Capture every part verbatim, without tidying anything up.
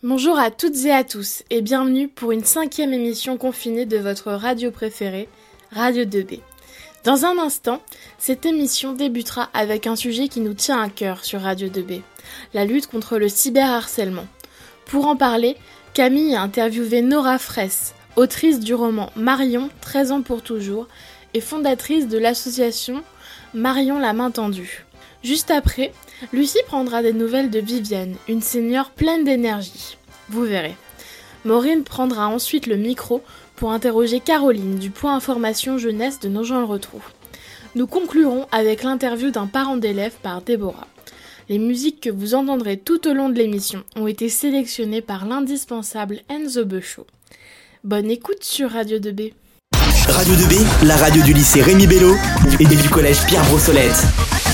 Bonjour à toutes et à tous et bienvenue pour une cinquième émission confinée de votre radio préférée, Radio deux B. Dans un instant, cette émission débutera avec un sujet qui nous tient à cœur sur Radio deux B, la lutte contre le cyberharcèlement. Pour en parler, Camille a interviewé Nora Fraisse, autrice du roman Marion, treize ans pour toujours, et fondatrice de l'association Marion la main tendue. Juste après, Lucie prendra des nouvelles de Viviane, une senior pleine d'énergie. Vous verrez. Maureen prendra ensuite le micro pour interroger Caroline du point information jeunesse de Nogent-le-Rotrou. Nous conclurons avec l'interview d'un parent d'élève par Déborah. Les musiques que vous entendrez tout au long de l'émission ont été sélectionnées par l'indispensable Enzo Beuchot. Bonne écoute sur Radio deux B. Radio deux B, la radio du lycée Rémi Bello et du collège Pierre Brossolette.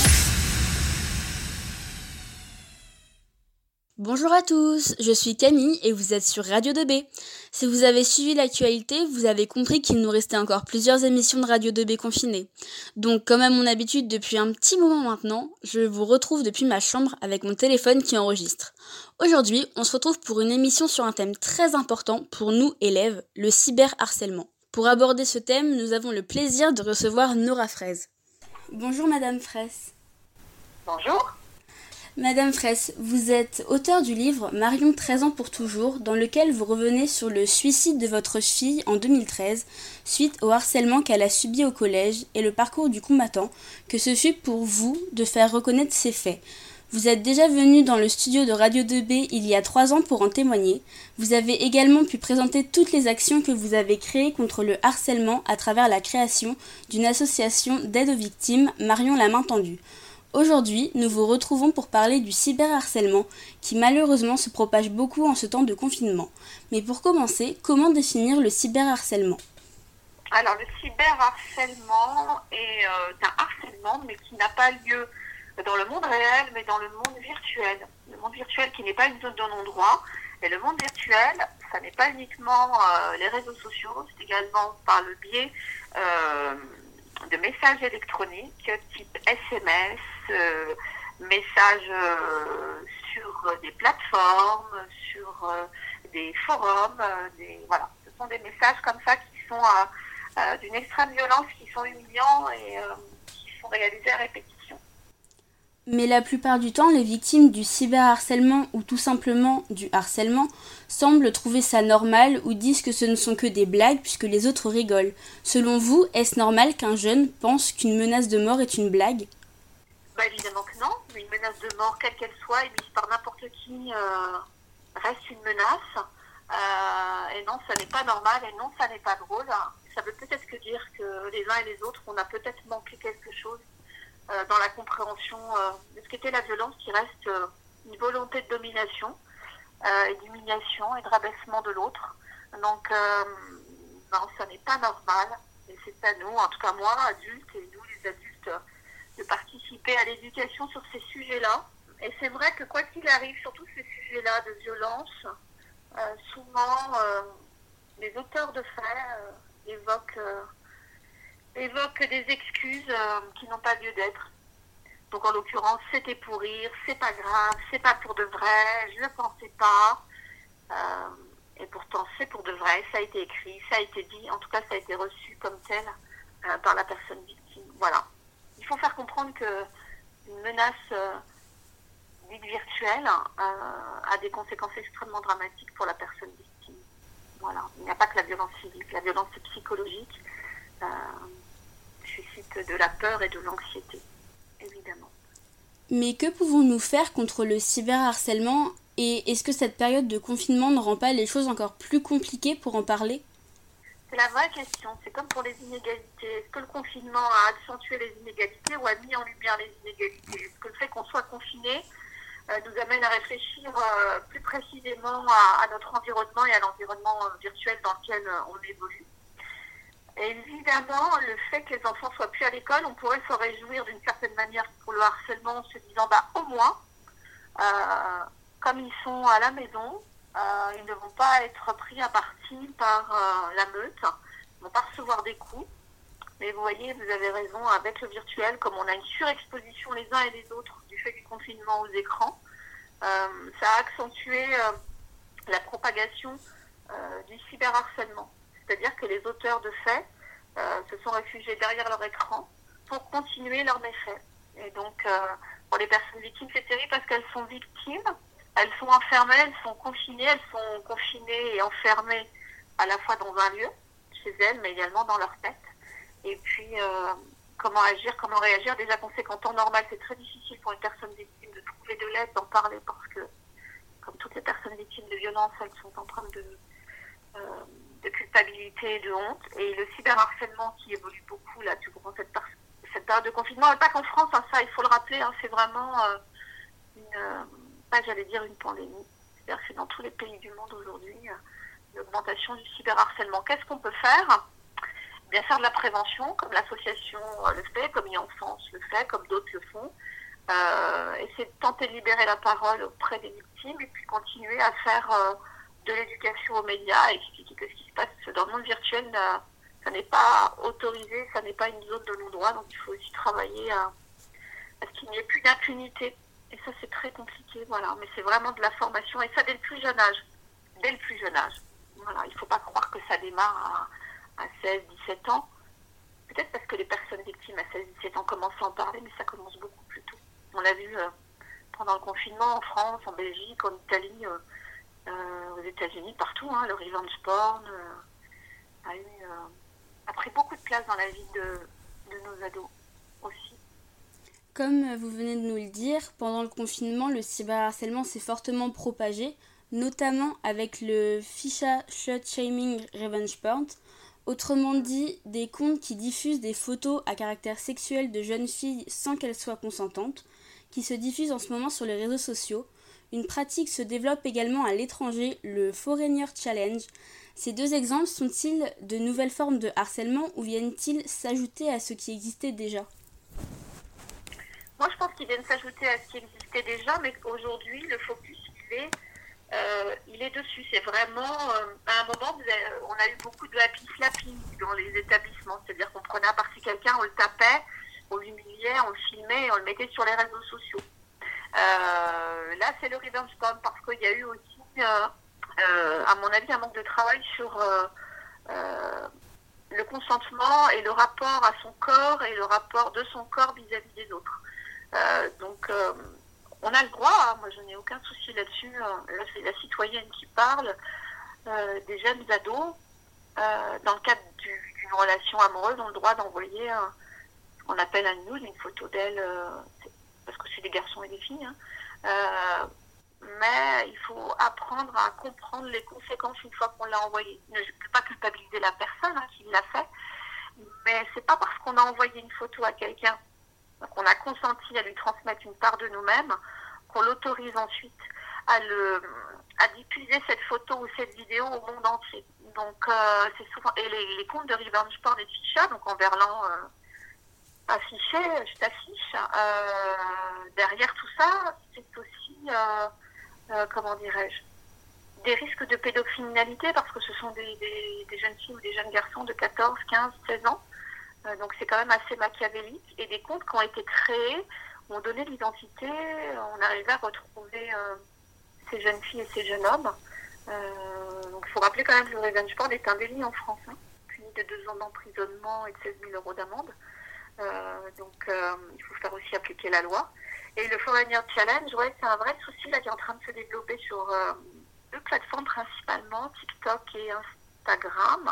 Bonjour à tous, je suis Camille et vous êtes sur Radio deux B. Si vous avez suivi l'actualité, vous avez compris qu'il nous restait encore plusieurs émissions de Radio deux B confinées. Donc, comme à mon habitude depuis un petit moment maintenant, je vous retrouve depuis ma chambre avec mon téléphone qui enregistre. Aujourd'hui, on se retrouve pour une émission sur un thème très important pour nous élèves, le cyberharcèlement. Pour aborder ce thème, nous avons le plaisir de recevoir Nora Fraisse. Bonjour Madame Fraisse. Bonjour. Madame Fraisse, vous êtes auteure du livre Marion, treize ans pour toujours, dans lequel vous revenez sur le suicide de votre fille en deux mille treize, suite au harcèlement qu'elle a subi au collège et le parcours du combattant que ce fut pour vous de faire reconnaître ces faits. Vous êtes déjà venu dans le studio de Radio deux B il y a trois ans pour en témoigner. Vous avez également pu présenter toutes les actions que vous avez créées contre le harcèlement à travers la création d'une association d'aide aux victimes, Marion la main tendue. Aujourd'hui, nous vous retrouvons pour parler du cyberharcèlement qui malheureusement se propage beaucoup en ce temps de confinement. Mais pour commencer, comment définir le cyberharcèlement ? Alors le cyberharcèlement est euh, un harcèlement mais qui n'a pas lieu dans le monde réel mais dans le monde virtuel. Le monde virtuel qui n'est pas une zone de non-droit. Et le monde virtuel, ça n'est pas uniquement euh, les réseaux sociaux, c'est également par le biais euh, de messages électroniques type S M S, euh, messages euh, sur des plateformes, sur euh, des forums, euh, des, voilà. Ce sont des messages comme ça qui sont euh, euh, d'une extrême violence, qui sont humiliants et euh, qui sont réalisés à répétition. Mais la plupart du temps, les victimes du cyberharcèlement ou tout simplement du harcèlement semblent trouver ça normal ou disent que ce ne sont que des blagues puisque les autres rigolent. Selon vous, est-ce normal qu'un jeune pense qu'une menace de mort est une blague ? Bah évidemment que non. Une menace de mort, quelle qu'elle soit, émise par n'importe qui, euh, reste une menace. Euh, et non, ça n'est pas normal et non, ça n'est pas drôle. Ça veut peut-être que dire que les uns et les autres, on a peut-être manqué quelque chose euh, dans la compréhension euh, de ce qu'était la violence, qui reste euh, une volonté de domination, euh, et d'humiliation et de rabaissement de l'autre. Donc, euh, non, ça n'est pas normal. Et c'est à nous, en tout cas moi, adultes, et nous les adultes, de participer à l'éducation sur ces sujets-là. Et c'est vrai que quoi qu'il arrive, surtout ces sujets-là de violence, euh, souvent euh, les auteurs de faits euh, évoquent, euh, évoquent des excuses euh, qui n'ont pas lieu d'être. Donc en l'occurrence, c'était pour rire, c'est pas grave, c'est pas pour de vrai, je ne pensais pas. Euh, et pourtant c'est pour de vrai, ça a été écrit, ça a été dit, en tout cas ça a été reçu comme tel euh, par la personne victime. Voilà. Il faut faire comprendre qu'une menace euh, dite virtuelle euh, a des conséquences extrêmement dramatiques pour la personne victime. Voilà. Il n'y a pas que la violence physique, la violence psychologique euh, suscite de la peur et de l'anxiété, évidemment. Mais que pouvons-nous faire contre le cyberharcèlement et est-ce que cette période de confinement ne rend pas les choses encore plus compliquées pour en parler ? C'est la vraie question. C'est comme pour les inégalités. Est-ce que le confinement a accentué les inégalités ou a mis en lumière les inégalités ? Est-ce que le fait qu'on soit confiné euh, nous amène à réfléchir euh, plus précisément à, à notre environnement et à l'environnement euh, virtuel dans lequel euh, on évolue ? Et évidemment, le fait que les enfants soient plus à l'école, on pourrait se réjouir d'une certaine manière pour le harcèlement en se disant, bah, au moins, euh, comme ils sont à la maison, euh, ils ne vont pas être pris à partie par euh, la meute, ils ne vont pas recevoir des coups. Mais vous voyez, vous avez raison, avec le virtuel, comme on a une surexposition les uns et les autres du fait du confinement aux écrans, euh, ça a accentué euh, propagation euh, du cyberharcèlement. C'est-à-dire que les auteurs de faits euh, se sont réfugiés derrière leur écran pour continuer leurs méfaits. Et donc, euh, pour les personnes victimes, c'est terrible parce qu'elles sont victimes, elles sont enfermées, elles sont confinées, elles sont confinées et enfermées à la fois dans un lieu, chez elles, mais également dans leur tête. Et puis, euh, comment agir, comment réagir. Déjà qu'on sait qu'en temps normal, c'est très difficile pour une personne victime de trouver de l'aide, d'en parler, parce que, comme toutes les personnes victimes de violences, elles sont empreintes de, euh, de culpabilité et de honte. Et le cyberharcèlement qui évolue beaucoup là, durant cette, par- cette période de confinement, et pas qu'en France, hein, ça, il faut le rappeler, hein, c'est vraiment euh, une, euh, pas j'allais dire une pandémie. C'est-à-dire que c'est dans tous les pays du monde aujourd'hui, euh, l'augmentation du cyberharcèlement. Qu'est-ce qu'on peut faire ? Bien faire de la prévention, comme l'association le fait, comme e-enfance le fait, comme d'autres le font. Euh, essayer de tenter de libérer la parole auprès des victimes et puis continuer à faire euh, de l'éducation aux médias et expliquer que ce qui se passe dans le monde virtuel, euh, ça n'est pas autorisé, ça n'est pas une zone de non-droit, donc il faut aussi travailler à, à ce qu'il n'y ait plus d'impunité. Et ça, c'est très compliqué, voilà. Mais c'est vraiment de la formation, et ça dès le plus jeune âge. Dès le plus jeune âge. Voilà, il ne faut pas croire que ça démarre à, à seize, dix-sept ans. Peut-être parce que les personnes victimes à seize, dix-sept ans commencent à en parler, mais ça commence beaucoup plus tôt. On l'a vu euh, pendant le confinement en France, en Belgique, en Italie, euh, euh, aux États-Unis, partout. Hein, le revenge porn euh, a, eu, euh, a pris beaucoup de place dans la vie de, de nos ados aussi. Comme vous venez de nous le dire, pendant le confinement, le cyberharcèlement s'est fortement propagé, notamment avec le Fisha Slut Shaming Revenge Porn, autrement dit des comptes qui diffusent des photos à caractère sexuel de jeunes filles sans qu'elles soient consentantes, qui se diffusent en ce moment sur les réseaux sociaux. Une pratique se développe également à l'étranger, le Foreigner Challenge. Ces deux exemples sont-ils de nouvelles formes de harcèlement ou viennent-ils s'ajouter à ce qui existait déjà ? Moi, je pense qu'ils viennent s'ajouter à ce qui existait déjà, mais aujourd'hui, le focus, il est, euh, il est dessus. C'est vraiment, euh, à un moment, vous avez, on a eu beaucoup de happy slapping dans les établissements. C'est-à-dire qu'on prenait à partie quelqu'un, on le tapait, on l'humiliait, on le filmait et on le mettait sur les réseaux sociaux. Euh, là, c'est le revenge porn parce qu'il y a eu aussi, euh, euh, à mon avis, un manque de travail sur euh, euh, le consentement et le rapport à son corps et le rapport de son corps vis-à-vis des autres. Euh, donc, euh, on a le droit, hein, moi je n'ai aucun souci là-dessus, euh, là c'est la citoyenne qui parle, euh, des jeunes ados, euh, dans le cadre du, d'une relation amoureuse, ont le droit d'envoyer un, ce qu'on appelle un nude, une photo d'elle, euh, parce que c'est des garçons et des filles, hein, euh, mais il faut apprendre à comprendre les conséquences une fois qu'on l'a envoyé. Je ne peux pas culpabiliser la personne hein, qui l'a fait, mais c'est pas parce qu'on a envoyé une photo à quelqu'un qu'on a consenti à lui transmettre une part de nous-mêmes, qu'on l'autorise ensuite à, le, à diffuser cette photo ou cette vidéo au monde entier. Donc, euh, c'est souvent... Et les, les comptes de revenge porn et de Fisha, donc en verlan euh, affiché, je t'affiche, euh, derrière tout ça, c'est aussi, euh, euh, comment dirais-je, des risques de pédocriminalité, parce que ce sont des, des, des jeunes filles ou des jeunes garçons de quatorze, quinze, seize ans. Euh, donc c'est quand même assez machiavélique. Et des comptes qui ont été créés, ont donné de l'identité, on arrivait à retrouver euh, ces jeunes filles et ces jeunes hommes. Euh, donc il faut rappeler quand même que le revenge porn est un délit en France, hein, puni de deux ans d'emprisonnement et de seize mille euros d'amende. Euh, donc euh, il faut faire aussi appliquer la loi. Et le Foreigner Challenge, ouais, c'est un vrai souci là qui est en train de se développer sur euh, deux plateformes principalement, TikTok et Instagram.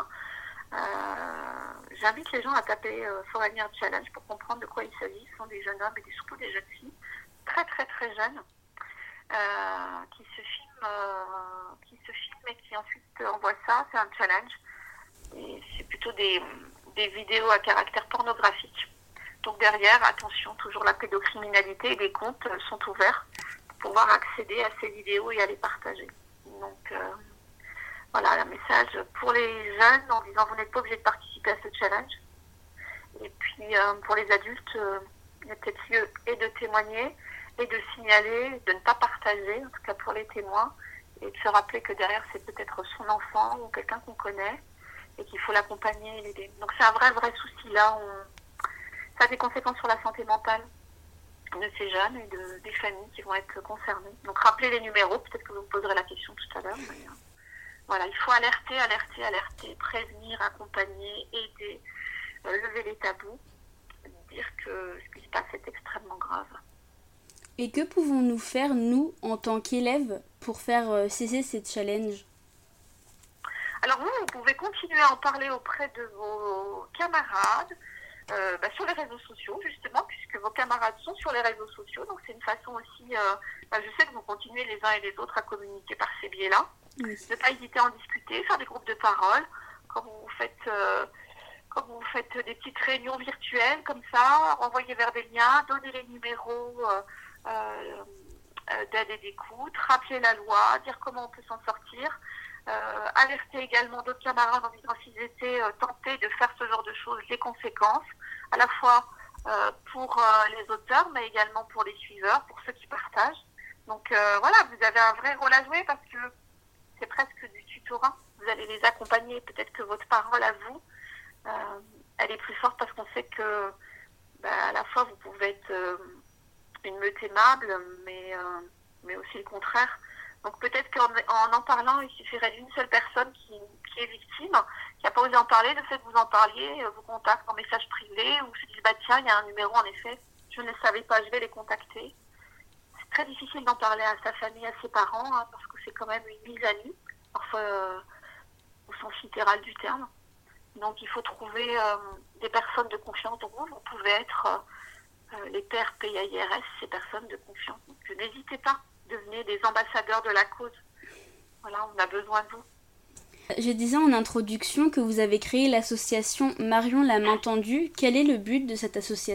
Euh, j'invite les gens à taper euh, Foreigner Challenge pour comprendre de quoi il s'agit. Ce sont des jeunes hommes et des, surtout des jeunes filles très très très jeunes euh, qui se filment euh, qui se filment et qui ensuite envoient ça. C'est un challenge et c'est plutôt des, des vidéos à caractère pornographique. Donc derrière, attention, toujours la pédocriminalité et les comptes euh, sont ouverts pour pouvoir accéder à ces vidéos et à les partager. Donc euh, voilà, un message pour les jeunes en disant vous n'êtes pas obligé de participer à ce challenge. Et puis euh, pour les adultes, euh, il y a peut-être lieu et de témoigner et de signaler, de ne pas partager, en tout cas pour les témoins, et de se rappeler que derrière c'est peut-être son enfant ou quelqu'un qu'on connaît et qu'il faut l'accompagner et l'aider. Donc c'est un vrai vrai souci là. On... Ça a des conséquences sur la santé mentale de ces jeunes et de, des familles qui vont être concernées. Donc rappelez les numéros, peut-être que vous me poserez la question tout à l'heure. Mais... voilà, il faut alerter, alerter, alerter, prévenir, accompagner, aider, euh, lever les tabous, dire que ce qui se passe est extrêmement grave. Et que pouvons-nous faire, nous, en tant qu'élèves, pour faire euh, cesser ces challenges ? Alors vous, vous pouvez continuer à en parler auprès de vos camarades, euh, bah, sur les réseaux sociaux, justement, puisque vos camarades sont sur les réseaux sociaux. Donc c'est une façon aussi, euh, bah, je sais que vous continuez les uns et les autres à communiquer par ces biais-là. Oui. Ne pas hésiter à en discuter, faire des groupes de parole, quand vous faites, euh, quand vous faites des petites réunions virtuelles comme ça, renvoyer vers des liens, donner les numéros euh, euh, d'aide et d'écoute, rappeler la loi, dire comment on peut s'en sortir. Euh, alerter également d'autres camarades en disant s'ils étaient euh, tentés de faire ce genre de choses, les conséquences, à la fois euh, pour euh, les auteurs, mais également pour les suiveurs, pour ceux qui partagent. Donc euh, voilà, vous avez un vrai rôle à jouer parce que c'est presque du tutorat. Vous allez les accompagner. Peut-être que votre parole à vous, euh, elle est plus forte parce qu'on sait que bah, à la fois vous pouvez être euh, une meute aimable, mais, euh, mais aussi le contraire. Donc peut-être qu'en en, en parlant, il suffirait d'une seule personne qui, qui est victime, qui n'a pas osé en parler, le fait que vous en parliez, vous contacte en message privé ou se dit bah tiens, il y a un numéro en effet, je ne le savais pas, je vais les contacter. C'est très difficile d'en parler à sa famille, à ses parents, hein, parce que c'est quand même une mise à nu, parfois euh, au sens littéral du terme. Donc il faut trouver euh, des personnes de confiance dont vous, vous pouvez être euh, les pairs P I A R S, ces personnes de confiance. Donc n'hésitez pas. Devenez des ambassadeurs de la cause. Voilà, on a besoin de vous. Je disais en introduction que vous avez créé l'association Marion la main tendue. Quel est le but de cette association ?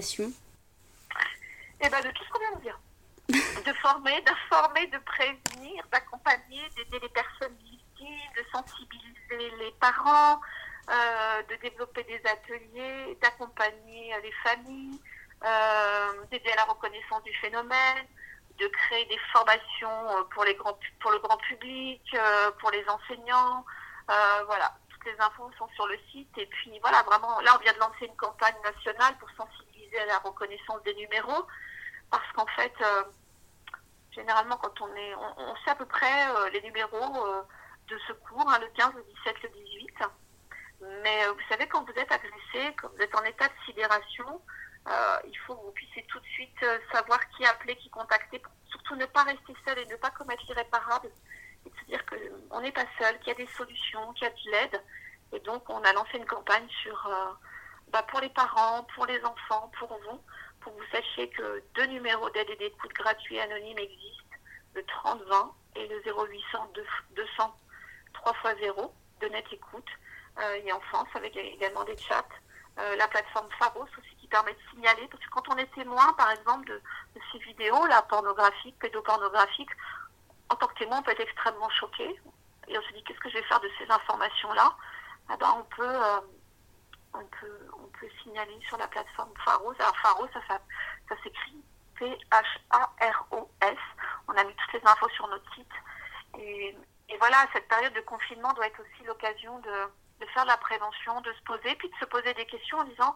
Eh bien, de tout ce qu'on vient de dire. De former, d'informer, de prévenir, d'accompagner, d'aider les personnes victimes, de sensibiliser les parents, euh, de développer des ateliers, d'accompagner les familles, euh, d'aider à la reconnaissance du phénomène, de créer des formations pour, les grands, pour le grand public, pour les enseignants. Euh, voilà, toutes les infos sont sur le site. Et puis voilà, vraiment, là, on vient de lancer une campagne nationale pour sensibiliser à la reconnaissance des numéros. Parce qu'en fait, euh, généralement, quand on est... On, on sait à peu près euh, les numéros euh, de secours, hein, le quinze, le dix-sept, le dix-huit. Mais euh, vous savez, quand vous êtes agressé, quand vous êtes en état de sidération, Euh, il faut que vous puissiez tout de suite euh, savoir qui appeler, qui contacter, pour surtout ne pas rester seul et ne pas commettre l'irréparable, et de se dire qu'on n'est pas seul, qu'il y a des solutions, qu'il y a de l'aide. Et donc on a lancé une campagne sur, euh, bah, pour les parents, pour les enfants, pour vous, pour que vous sachiez que deux numéros d'aide et d'écoute gratuits et anonymes existent, le trente vingt et le zéro huit cents deux cents trois fois zéro de Net Écoute, euh, et en France avec également des chats. Euh, la plateforme Pharos aussi qui permet de signaler, parce que quand on est témoin par exemple de, de ces vidéos là pornographiques, pédopornographiques, en tant que témoin on peut être extrêmement choqué et on se dit qu'est-ce que je vais faire de ces informations là. Eh ben, on peut euh, on peut on peut signaler sur la plateforme Pharos. Alors Pharos ça, ça, ça s'écrit P H A R O S. On a mis toutes les infos sur notre site et, et voilà, cette période de confinement doit être aussi l'occasion de de faire de la prévention, de se poser, puis de se poser des questions en disant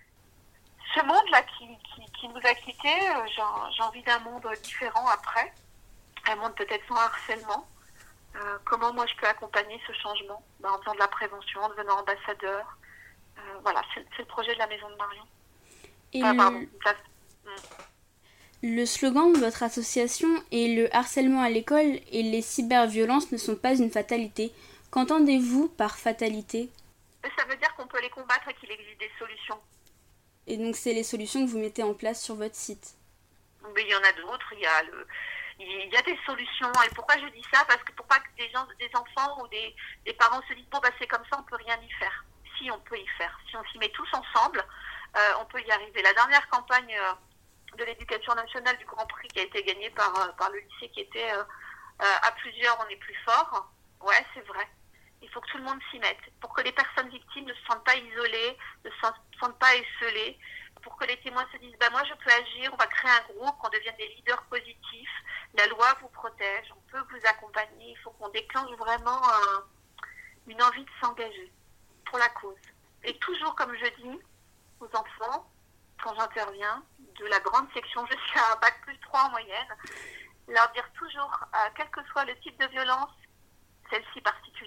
ce monde-là qui, qui, qui nous a quittés, euh, j'ai, j'ai envie d'un monde différent après, un monde peut-être sans harcèlement. Euh, comment moi je peux accompagner ce changement ben, en faisant de la prévention, en devenant ambassadeur. Euh, voilà, c'est, c'est le projet de la Maison de Marion. Et ah, le... pardon, ça... le slogan de votre association est « Le harcèlement à l'école et les cyberviolences ne sont pas une fatalité ». Qu'entendez-vous par fatalité ? Ça veut dire qu'on peut les combattre et qu'il existe des solutions. Et donc c'est les solutions que vous mettez en place sur votre site ? Mais il y en a d'autres, il y a, le, il y a des solutions. Et pourquoi je dis ça ? Parce que pour pas que des, gens, des enfants ou des, des parents se disent bon bah c'est comme ça, on peut rien y faire. Si, on peut y faire. Si on s'y met tous ensemble, euh, on peut y arriver. La dernière campagne euh, de l'éducation nationale du Grand Prix qui a été gagnée par, euh, par le lycée qui était euh, euh, à plusieurs, on est plus fort. Ouais, c'est vrai. Il faut que tout le monde s'y mette pour que les personnes victimes ne se sentent pas isolées, ne se sentent pas esselées, pour que les témoins se disent bah, « moi je peux agir, on va créer un groupe, qu'on devienne des leaders positifs, la loi vous protège, on peut vous accompagner, il faut qu'on déclenche vraiment un, une envie de s'engager pour la cause. » Et toujours, comme je dis aux enfants, quand j'interviens, de la grande section jusqu'à bac plus trois en moyenne, leur dire toujours, euh, quel que soit le type de violence, celle-ci particulièrement,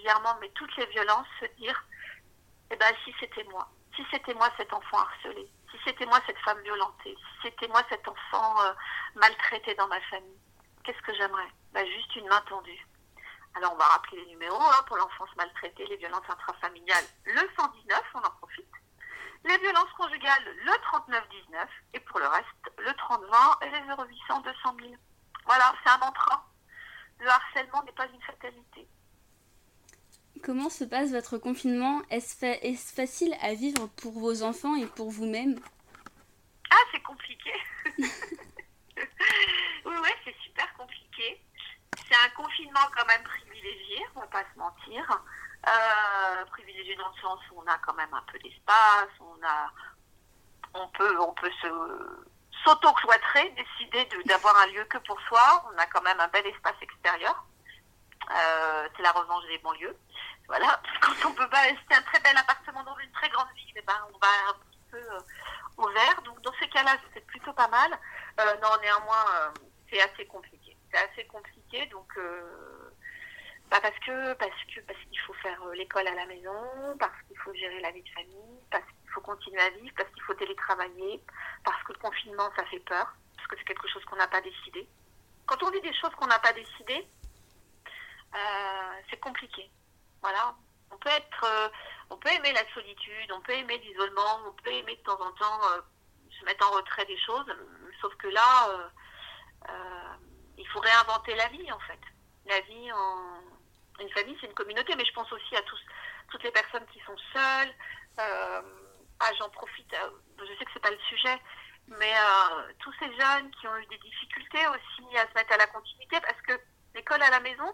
régulièrement, mais toutes les violences, se dire, eh ben, si c'était moi, si c'était moi cet enfant harcelé, si c'était moi cette femme violentée, si c'était moi cet enfant euh, maltraité dans ma famille, qu'est-ce que j'aimerais? Ben, juste une main tendue. Alors, on va rappeler les numéros hein, pour l'enfance maltraitée, les violences intrafamiliales, le cent dix-neuf, on en profite. Les violences conjugales, le trente-neuf dix-neuf. Et pour le reste, le trente vingt et les zéro huit cents deux cent mille. Voilà, c'est un mantra. Le harcèlement n'est pas une fatalité. Comment se passe votre confinement? Est-ce, fa- est-ce facile à vivre pour vos enfants et pour vous-même? Ah, c'est compliqué. oui, oui, c'est super compliqué. C'est un confinement quand même privilégié, on va pas se mentir. Euh, privilégié dans le sens où on a quand même un peu d'espace, on a, on peut, on peut se s'auto-cloîtrer, décider de, d'avoir un lieu que pour soi. On a quand même un bel espace extérieur. Euh, c'est la revanche des banlieues. Voilà, quand on peut pas rester un très bel appartement dans une très grande ville, eh ben on va un petit peu euh, au vert. Donc dans ces cas-là, c'est plutôt pas mal. Euh, non, néanmoins, euh, c'est assez compliqué. C'est assez compliqué, donc. Euh, Bah parce que parce que parce qu'il faut faire l'école à la maison, parce qu'il faut gérer la vie de famille, parce qu'il faut continuer à vivre, parce qu'il faut télétravailler, parce que le confinement ça fait peur, parce que c'est quelque chose qu'on n'a pas décidé. Quand on vit des choses qu'on n'a pas décidées, euh, c'est compliqué. Voilà, on peut être, euh, on peut aimer la solitude, on peut aimer l'isolement, on peut aimer de temps en temps euh, se mettre en retrait des choses, sauf que là, euh, euh, il faut réinventer la vie en fait. La vie en une famille, c'est une communauté, mais je pense aussi à tous, toutes les personnes qui sont seules. Euh, ah, j'en profite, euh, je sais que c'est pas le sujet, mais euh, tous ces jeunes qui ont eu des difficultés aussi à se mettre à la continuité, parce que l'école à la maison,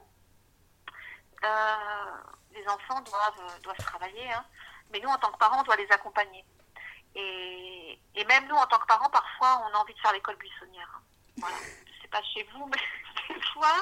euh, les enfants doivent, doivent travailler, hein, mais nous, en tant que parents, on doit les accompagner. Et, et même nous, en tant que parents, parfois, on a envie de faire l'école buissonnière. Voilà. Je sais pas chez vous, mais des fois,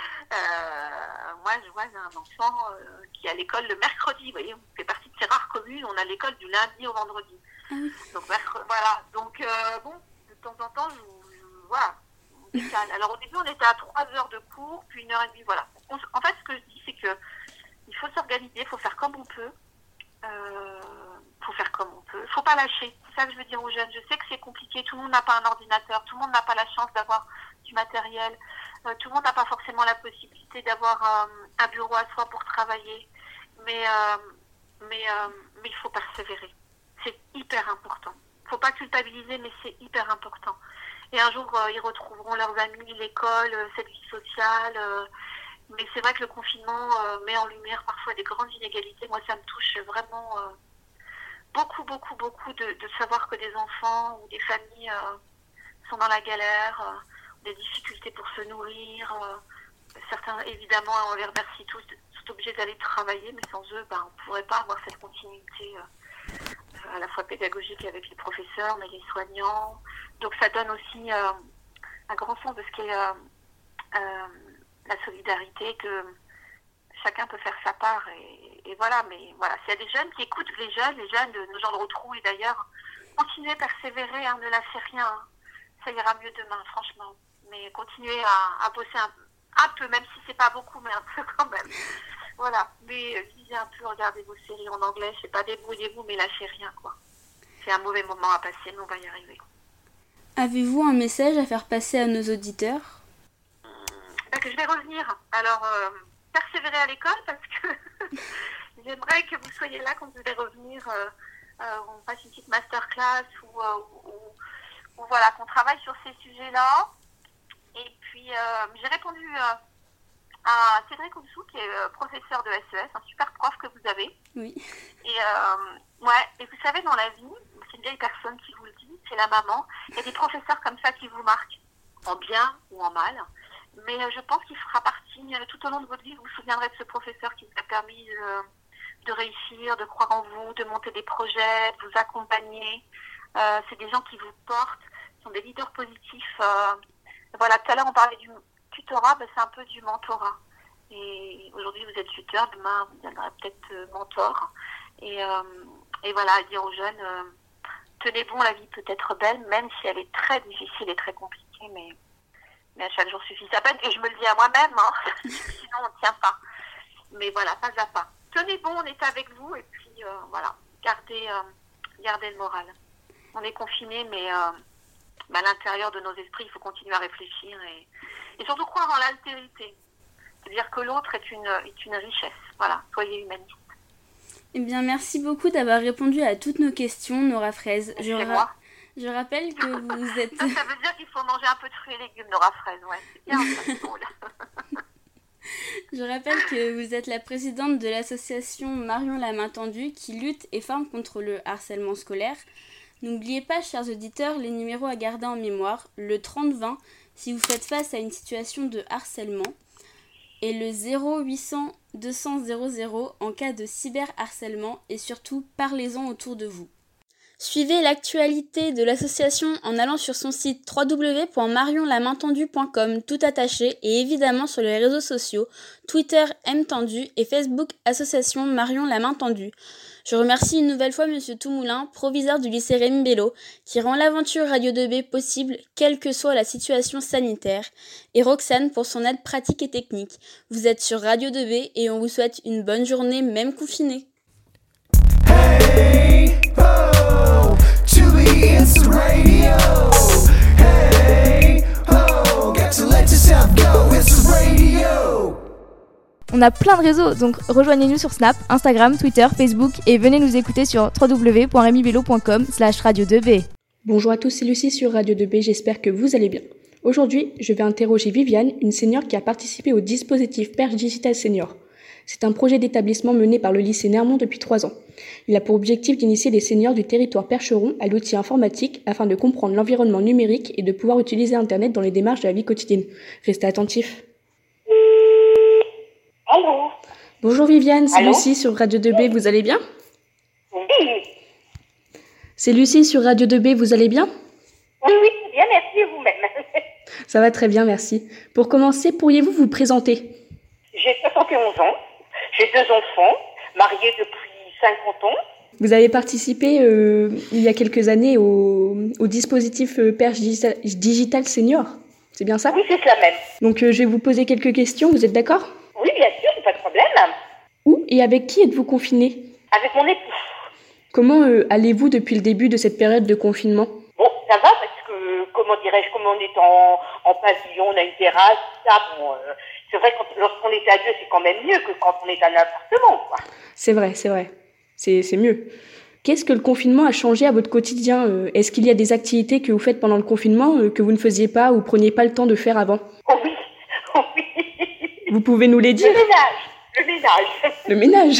euh, moi, je vois, j'ai un enfant euh, qui est à l'école le mercredi. Vous voyez, on fait partie de ces rares communes, on a l'école du lundi au vendredi. Donc, mercredi, voilà. Donc, euh, bon, de temps en temps, je, je, voilà, on décale. Alors, au début, on était à trois heures de cours, puis une heure et demie, voilà. On, en fait, ce que je dis, c'est que il faut s'organiser, il faut faire comme on peut. Euh, faut faire comme on peut. Faut pas lâcher. C'est ça que je veux dire aux jeunes. Je sais que c'est compliqué. Tout le monde n'a pas un ordinateur. Tout le monde n'a pas la chance d'avoir du matériel. Euh, tout le monde n'a pas forcément la possibilité d'avoir euh, un bureau à soi pour travailler. Mais, euh, mais, euh, mais il faut persévérer. C'est hyper important. Faut pas culpabiliser, mais c'est hyper important. Et un jour, euh, ils retrouveront leurs amis, l'école, euh, cette vie sociale. Euh, mais c'est vrai que le confinement euh, met en lumière parfois des grandes inégalités. Moi, ça me touche vraiment euh, beaucoup, beaucoup, beaucoup de, de savoir que des enfants ou des familles euh, sont dans la galère, euh, des difficultés pour se nourrir. Euh, certains, évidemment, on les remercie tous, sont obligés d'aller travailler, mais sans eux, ben, on ne pourrait pas avoir cette continuité euh, à la fois pédagogique avec les professeurs, mais les soignants. Donc, ça donne aussi euh, un grand sens de ce qu'est euh, euh, la solidarité, que chacun peut faire sa part. Et, et voilà, mais voilà, s'il y a des jeunes qui écoutent les jeunes, les jeunes de nos gens de Rotrou, et d'ailleurs, continuez, persévérer, hein, ne lâchez rien. Hein. Ça ira mieux demain, franchement. Mais continuez à, à bosser un, un peu, même si c'est pas beaucoup, mais un peu quand même. Voilà, mais euh, lisez un peu, regardez vos séries en anglais, je sais pas, débrouillez-vous, mais lâchez rien, quoi. C'est un mauvais moment à passer, mais on va y arriver. Avez-vous un message à faire passer à nos auditeurs ? Ben, que je vais revenir. Alors, euh, persévérer à l'école, parce que j'aimerais que vous soyez là quand vous allez revenir, euh, euh, on fasse une petite masterclass ou, euh, ou, ou voilà, qu'on travaille sur ces sujets-là. Et puis, euh, j'ai répondu euh, à Cédric Oussou, qui est euh, professeur de S E S, un super prof que vous avez. Oui. Et, euh, ouais, et vous savez, dans la vie, c'est une vieille personne qui vous le dit, c'est la maman. Il y a des professeurs comme ça qui vous marquent, en bien ou en mal. Mais euh, je pense qu'il fera partie, euh, tout au long de votre vie, vous vous souviendrez de ce professeur qui vous a permis euh, de réussir, de croire en vous, de monter des projets, de vous accompagner. Euh, c'est des gens qui vous portent, sont des leaders positifs. Euh, voilà, tout à l'heure on parlait du tutorat, ben, c'est un peu du mentorat. Et aujourd'hui vous êtes tuteur, demain vous deviendrez peut-être euh, mentor. Et, euh, et voilà, dire aux jeunes, euh, tenez bon, la vie peut être belle, même si elle est très difficile et très compliquée, mais, mais à chaque jour suffit sa peine. Et je me le dis à moi-même, hein, sinon on ne tient pas. mais voilà, pas à pas. Tenez bon, on est avec vous et puis euh, voilà, gardez, euh, gardez le moral. On est confinés, mais euh, bah, à l'intérieur de nos esprits, il faut continuer à réfléchir et, et surtout croire en l'altérité. C'est-à-dire que l'autre est une, est une richesse. Voilà, soyez humaniste. Eh bien, merci beaucoup d'avoir répondu à toutes nos questions, Nora Fraise. Je, ra- je rappelle que vous êtes... ça, ça veut dire qu'il faut manger un peu de fruits et légumes, Nora Fraise, ouais. C'est bien, ça, c'est drôle. Je rappelle que vous êtes la présidente de l'association Marion la main tendue qui lutte et forme contre le harcèlement scolaire. N'oubliez pas, chers auditeurs, les numéros à garder en mémoire, le trente vingt si vous faites face à une situation de harcèlement et le zéro huit cents deux cents zéro zéro en cas de cyberharcèlement et surtout parlez-en autour de vous. Suivez l'actualité de l'association en allant sur son site w w w point marion la main tendue point com tout attaché et évidemment sur les réseaux sociaux Twitter M Tendu et Facebook Association Marion la main tendue. Je remercie une nouvelle fois Monsieur Toumoulin, proviseur du lycée Rémi Bello, qui rend l'aventure Radio deux B possible, quelle que soit la situation sanitaire, et Roxane pour son aide pratique et technique. Vous êtes sur Radio deux B et on vous souhaite une bonne journée, même confinée. Hey, oh, Julie, it's the radio. Hey, oh, got to let yourself go, it's the radio. On a plein de réseaux, donc rejoignez-nous sur Snap, Instagram, Twitter, Facebook et venez nous écouter sur w w w point remibello point com slash radio deux b. Bonjour à tous, c'est Lucie sur Radio deux B, j'espère que vous allez bien. Aujourd'hui, je vais interroger Viviane, une senior qui a participé au dispositif Perche Digital Senior. C'est un projet d'établissement mené par le lycée Nermont depuis trois ans. Il a pour objectif d'initier les seniors du territoire percheron à l'outil informatique afin de comprendre l'environnement numérique et de pouvoir utiliser Internet dans les démarches de la vie quotidienne. Restez attentifs. Allô. Bonjour Viviane, c'est Allô Lucie sur Radio deux B, vous allez bien ? Oui. C'est Lucie sur Radio deux B, vous allez bien ? Oui, oui, bien, merci et vous-même. Ça va très bien, merci. Pour commencer, pourriez-vous vous présenter ? J'ai soixante et onze ans, j'ai deux enfants, mariés depuis cinquante ans. Vous avez participé euh, il y a quelques années au, au dispositif euh, Perche Digital, Digital Senior, c'est bien ça ? Oui, c'est cela même. Donc euh, je vais vous poser quelques questions, vous êtes d'accord ? Oui, bien sûr, pas de problème. Où et avec qui êtes-vous confiné ? Avec mon époux. Comment euh, allez-vous depuis le début de cette période de confinement ? Bon, ça va parce que, comment dirais-je, comme on est en, en pavillon, on a une terrasse, ça, bon, euh, c'est vrai que lorsqu'on est à deux, c'est quand même mieux que quand on est à un appartement, quoi. C'est vrai, c'est vrai. C'est, c'est mieux. Qu'est-ce que le confinement a changé à votre quotidien ? euh, Est-ce qu'il y a des activités que vous faites pendant le confinement euh, que vous ne faisiez pas ou preniez pas le temps de faire avant ? Oh oui, oh oui. Vous pouvez nous les dire ? Le ménage, le ménage. Le ménage.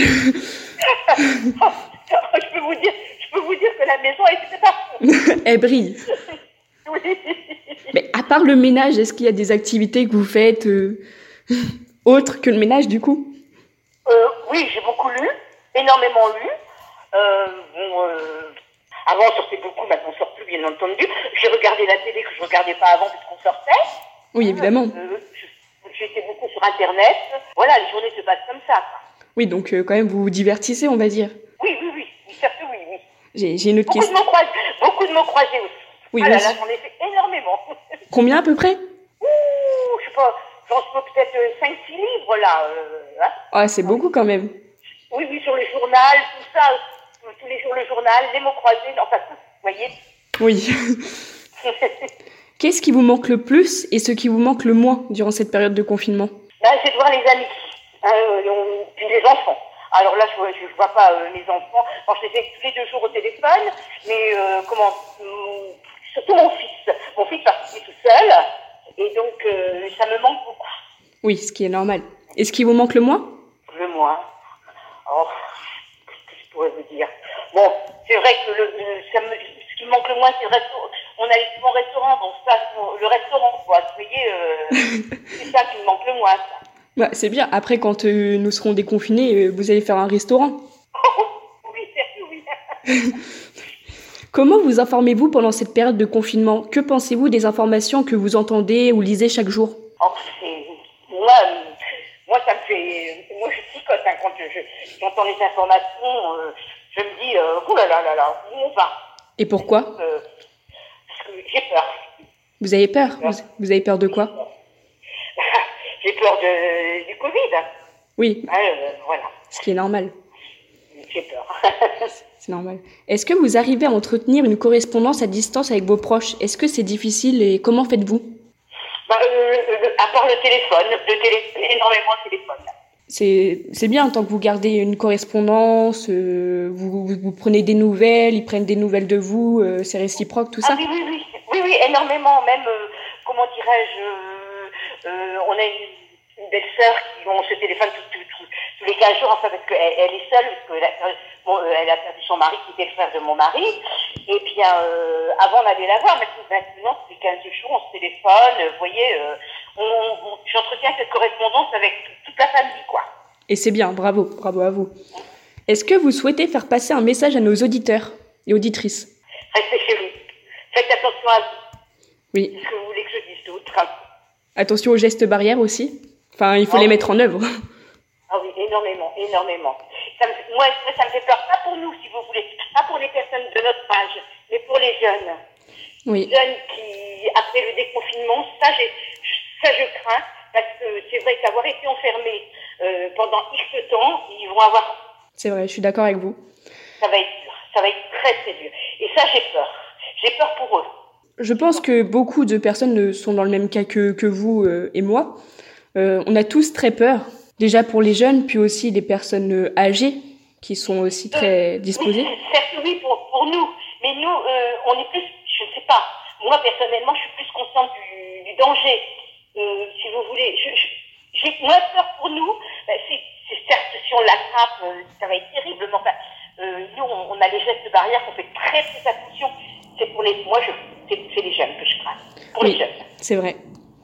je peux vous dire, je peux vous dire que la maison était parfaite. Elle brille. Oui. Mais à part le ménage, est-ce qu'il y a des activités que vous faites euh, autres que le ménage du coup ? euh, Oui, j'ai beaucoup lu, énormément lu. Euh, bon, euh, avant on sortait beaucoup, maintenant on sort plus bien entendu. J'ai regardé la télé que je regardais pas avant puisqu'on sortait. Oui, évidemment. Euh, J'étais beaucoup sur Internet. Voilà, les journées se passent comme ça. Oui, donc euh, quand même vous vous divertissez, on va dire. Oui, oui, oui, oui, certes, oui, oui. J'ai, j'ai une autre Beaucoup question. de mots croisés, beaucoup de mots croisés aussi. Oui, ah là oui. là, j'en ai fait énormément. Combien à peu près ? Ouh, je sais pas, j'en suis peut-être cinq six livres là. Euh, hein. Ah, c'est beaucoup quand même. Oui, oui, sur le journal, tout ça, euh, tous les jours le journal, les mots croisés, enfin, vous voyez. Oui. Qu'est-ce qui vous manque le plus et ce qui vous manque le moins durant cette période de confinement ? Ben, c'est de voir les amis, hein, on, puis les enfants. Alors là, je ne vois pas euh, mes enfants. Bon, je les ai tous les deux jours au téléphone, mais euh, comment euh, surtout mon fils. Mon fils parce qu'il est tout seul, et donc euh, ça me manque beaucoup. Oui, ce qui est normal. Et ce qui vous manque le moins ? Le moins. Oh, qu'est-ce que je pourrais vous dire ? Bon, c'est vrai que le, le, ça me, ce qui me manque le moins, c'est le restaurant. On allait souvent au restaurant, donc ça, le restaurant, quoi. Vous voyez, euh, c'est ça qui me manque le moins, ça. Bah, c'est bien. Après, quand euh, nous serons déconfinés, euh, vous allez faire un restaurant. Oui, c'est oui. Comment vous informez-vous pendant cette période de confinement ? Que pensez-vous des informations que vous entendez ou lisez chaque jour ? Oh, c'est... Moi, moi, ça me fait... Moi, je picote hein, quand je, j'entends les informations. Euh, je me dis, euh, ouh là là là là, où on va ? Et pourquoi ? euh, Parce que j'ai peur. Vous avez peur ? vous, vous avez peur de quoi ? J'ai peur de, du Covid. Oui. Euh, voilà. Ce qui est normal. J'ai peur. C'est normal. Est-ce que vous arrivez à entretenir une correspondance à distance avec vos proches ? Est-ce que c'est difficile et comment faites-vous ? Bah, euh, à part le téléphone, le télé- énormément le téléphone. C'est, c'est bien tant que vous gardez une correspondance, euh, vous, vous, vous prenez des nouvelles, ils prennent des nouvelles de vous, euh, c'est réciproque, tout ça. Ah oui, oui, oui, oui, oui, énormément. Même, euh, comment dirais-je, euh, euh, on a une, une belle-sœur qui on se téléphone tous, tous, tous, tous les quinze jours, enfin parce qu'elle elle est seule, parce qu'elle a, bon, euh, elle a perdu son mari qui était le frère de mon mari. Et bien, euh, avant on allait la voir, maintenant tous les quinze jours on se téléphone, vous voyez, euh, on, on, j'entretiens cette correspondance avec toute la famille, quoi. Et c'est bien, bravo, bravo à vous. Est-ce que vous souhaitez faire passer un message à nos auditeurs et auditrices ? Restez chez vous. Faites attention à vous. Oui. Est-ce que vous voulez que je dise d'autre ? Attention aux gestes barrières aussi. Enfin, il faut oh. les mettre en œuvre. Ah oui, énormément, énormément. Ça me, moi, ça me fait peur, pas pour nous, si vous voulez, pas pour les personnes de notre âge, mais pour les jeunes. Oui. Les jeunes qui, après le déconfinement, ça, j'ai, ça je crains, parce que c'est vrai qu'avoir été enfermés euh, pendant X temps, ils vont avoir... C'est vrai, je suis d'accord avec vous. Ça va être dur, ça va être très très dur. Et ça, j'ai peur. J'ai peur pour eux. Je pense que beaucoup de personnes sont dans le même cas que, que vous euh, et moi. Euh, on a tous très peur. Déjà pour les jeunes, puis aussi les personnes âgées qui sont aussi très disposées. Oui, certes, oui, pour, pour nous. Mais nous, euh, on est plus, je ne sais pas. Moi, personnellement, je suis plus consciente du, du danger. Euh, si vous voulez, je, je, j'ai moins peur pour nous. Ben, c'est, c'est certes, si on l'attrape, euh, ça va être terrible. Mais enfin, euh, nous, on, on a les gestes barrières, on fait très très attention. C'est pour les, moi, je, c'est, c'est les jeunes que je crains. Pour oui, les jeunes. C'est vrai.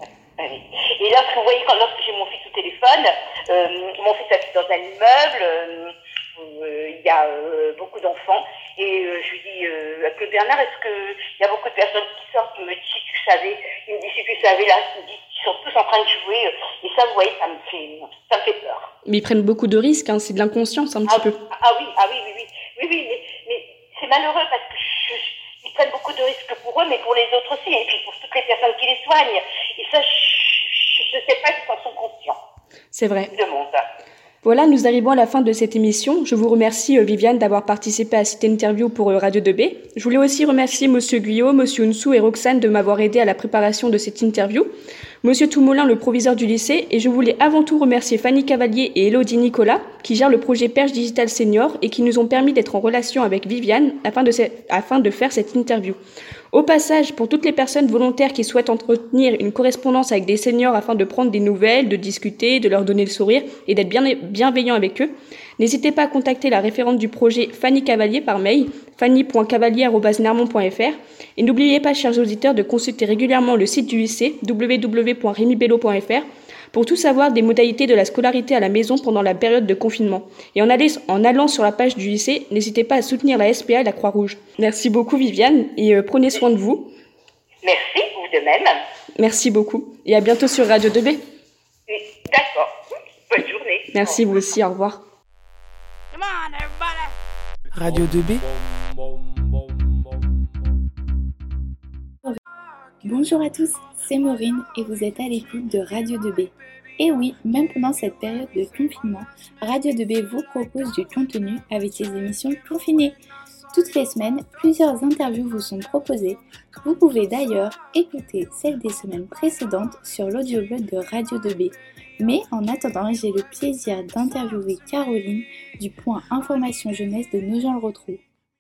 Et lorsque vous voyez, quand lorsque j'ai mon fils au téléphone, euh, mon fils habite dans un immeuble euh, où euh, il y a euh, beaucoup d'enfants, et euh, je lui dis, euh, que Bernard, est-ce qu'il y a beaucoup de personnes qui sortent, il me dit si tu savais, il me dit si tu savais, là, il me dit qu'ils sont tous en train de jouer, et ça, vous voyez, ça me fait, ça me fait peur. Mais ils prennent beaucoup de risques, hein, c'est de l'inconscience un ah, petit peu. Ah oui, ah oui, oui, oui, oui, oui, mais, mais c'est malheureux parce que je, je, ils prennent beaucoup de risques pour eux, mais pour les autres aussi, et puis pour toutes les personnes qui les soignent. Et ça, je ne sais pas s'ils en sont conscients. C'est vrai. De monde. Voilà, nous arrivons à la fin de cette émission. Je vous remercie, euh, Viviane, d'avoir participé à cette interview pour euh, Radio deux B. Je voulais aussi remercier Monsieur Guyot, Monsieur Unsou et Roxane de m'avoir aidé à la préparation de cette interview, Monsieur Toumoulin, le proviseur du lycée, et je voulais avant tout remercier Fanny Cavalier et Elodie Nicolas, qui gèrent le projet Perche Digital Senior et qui nous ont permis d'être en relation avec Viviane afin de, afin de faire cette interview. Au passage, pour toutes les personnes volontaires qui souhaitent entretenir une correspondance avec des seniors afin de prendre des nouvelles, de discuter, de leur donner le sourire et d'être bien, bienveillant avec eux, n'hésitez pas à contacter la référente du projet Fanny Cavalier par mail, fanny point cavalier arobase nermont point f r. Et n'oubliez pas, chers auditeurs, de consulter régulièrement le site du lycée, w w w point rémi bello point f r, pour tout savoir des modalités de la scolarité à la maison pendant la période de confinement. Et en, aller, en allant sur la page du lycée, n'hésitez pas à soutenir la S P A et la Croix-Rouge. Merci beaucoup, Viviane, et euh, prenez soin de vous. Merci, vous de même. Merci beaucoup, et à bientôt sur Radio deux B. D'accord, bonne journée. Merci, vous aussi, au revoir. Radio deux B. Bonjour à tous, c'est Maureen et vous êtes à l'écoute de Radio deux B. Et oui, même pendant cette période de confinement, Radio deux B vous propose du contenu avec ses émissions confinées. Toutes les semaines, plusieurs interviews vous sont proposées. Vous pouvez d'ailleurs écouter celles des semaines précédentes sur l'audioblog de Radio deux B. Mais en attendant, j'ai le plaisir d'interviewer Caroline du point Information Jeunesse de Nogent-le-Rotrou.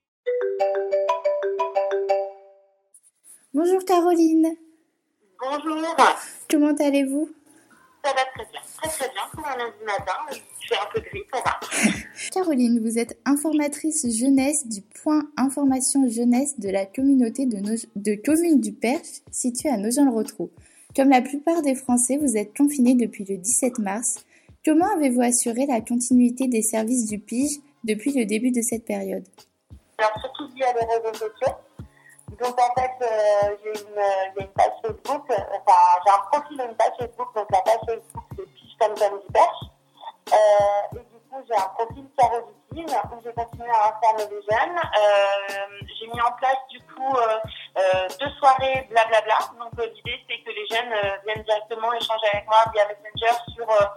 Bonjour Caroline. Bonjour. Comment allez-vous? Ça va très bien, très très bien, comme un lundi matin, je fais un peu gris, ça va. Caroline, vous êtes informatrice jeunesse du point Information Jeunesse de la communauté de, no- de communes du Perche, située à Nogent-le-Rotrou. Comme la plupart des Français, vous êtes confinés depuis le dix-sept mars. Comment avez-vous assuré la continuité des services du P I J depuis le début de cette période? Alors surtout via les réseaux sociaux. Donc en fait, euh, j'ai, une, j'ai une page Facebook, euh, enfin j'ai un profil et une page Facebook, donc la page Facebook c'est P I J comme comme du Perche. Euh, et du coup j'ai un profil Caroline où j'ai continué à informer les jeunes. Euh, j'ai mis en place du coup euh, euh, deux soirées blablabla. Donc euh, l'idée c'est que les jeunes euh, viennent directement échanger avec moi via Messenger sur, euh,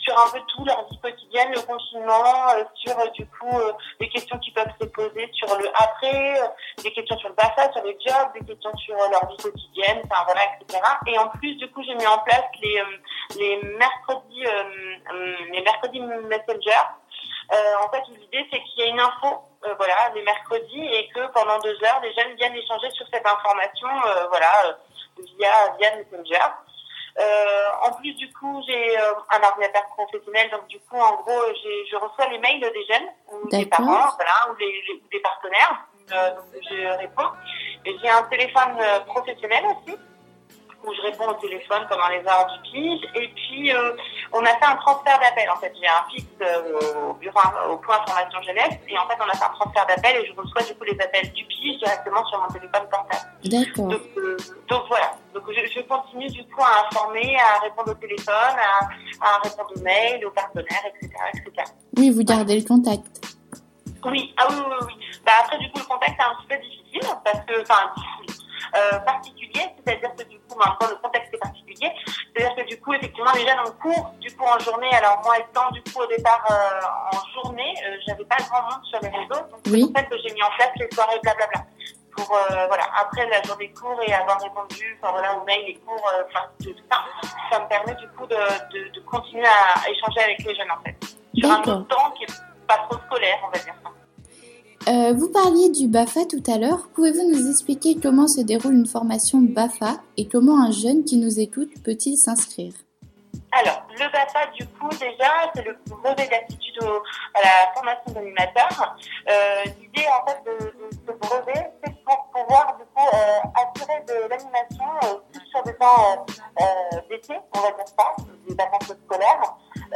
sur un peu tout, leur vie quotidienne, le confinement, euh, sur euh, du coup euh, des questions qui peuvent se poser sur le après, euh, des questions sur le BAFA, sur les jobs, des questions sur euh, leur vie quotidienne, enfin voilà, et cetera. Et en plus, du coup, j'ai mis en place les euh, les mercredis euh, euh, les mercredis Messenger. Euh, en fait, l'idée, c'est qu'il y a une info, euh, voilà, les mercredis, et que pendant deux heures, les jeunes viennent échanger sur cette information, euh, voilà, euh, via via Messenger. Euh, en plus, du coup, j'ai euh, un ordinateur professionnel, donc du coup, en gros, j'ai, je reçois les mails des jeunes ou D'accord. des parents, voilà, ou, les, les, ou des partenaires, euh, donc je réponds. Et j'ai un téléphone euh, professionnel aussi, où je réponds au téléphone pendant les heures du pige. Et puis, euh, on a fait un transfert d'appel. En fait, j'ai un fixe euh, au bureau, au point information jeunesse, et en fait, on a fait un transfert d'appel et je reçois du coup les appels du pige directement sur mon téléphone portable. D'accord. Donc, euh, donc voilà. Donc je, je continue du coup à informer, à répondre au téléphone, à, à répondre aux mails, aux partenaires, et cetera, et cetera. Oui, vous gardez le contact. Oui, ah oui, oui, oui. Bah après du coup le contact est un petit peu difficile parce que, enfin, euh, particulier, c'est-à-dire que du coup, maintenant le contexte est particulier, c'est-à-dire que du coup effectivement les jeunes en cours, du coup en journée, alors moi étant du coup au départ euh, en journée, euh, j'avais pas grand monde sur les réseaux, donc Oui. c'est pour ça que j'ai mis en place les soirées blablabla. Pour euh, voilà, après la journée court et avoir répondu, enfin voilà, aux mails, les cours, enfin euh, tout ça, ça me permet du coup de, de, de continuer à échanger avec les jeunes en fait. Sur un D'accord. autre temps qui est pas trop scolaire, on va dire ça. Euh, vous parliez du BAFA tout à l'heure. Pouvez-vous nous expliquer comment se déroule une formation BAFA et comment un jeune qui nous écoute peut-il s'inscrire? Alors, le BAFA, du coup, déjà, c'est le brevet d'aptitude au, à la formation d'animateur. Euh, l'idée, en fait, de, de ce brevet, c'est pour pouvoir, du coup, euh, assurer de l'animation euh, plus sur des temps euh, euh, d'été, on va dire ça, des vacances scolaires.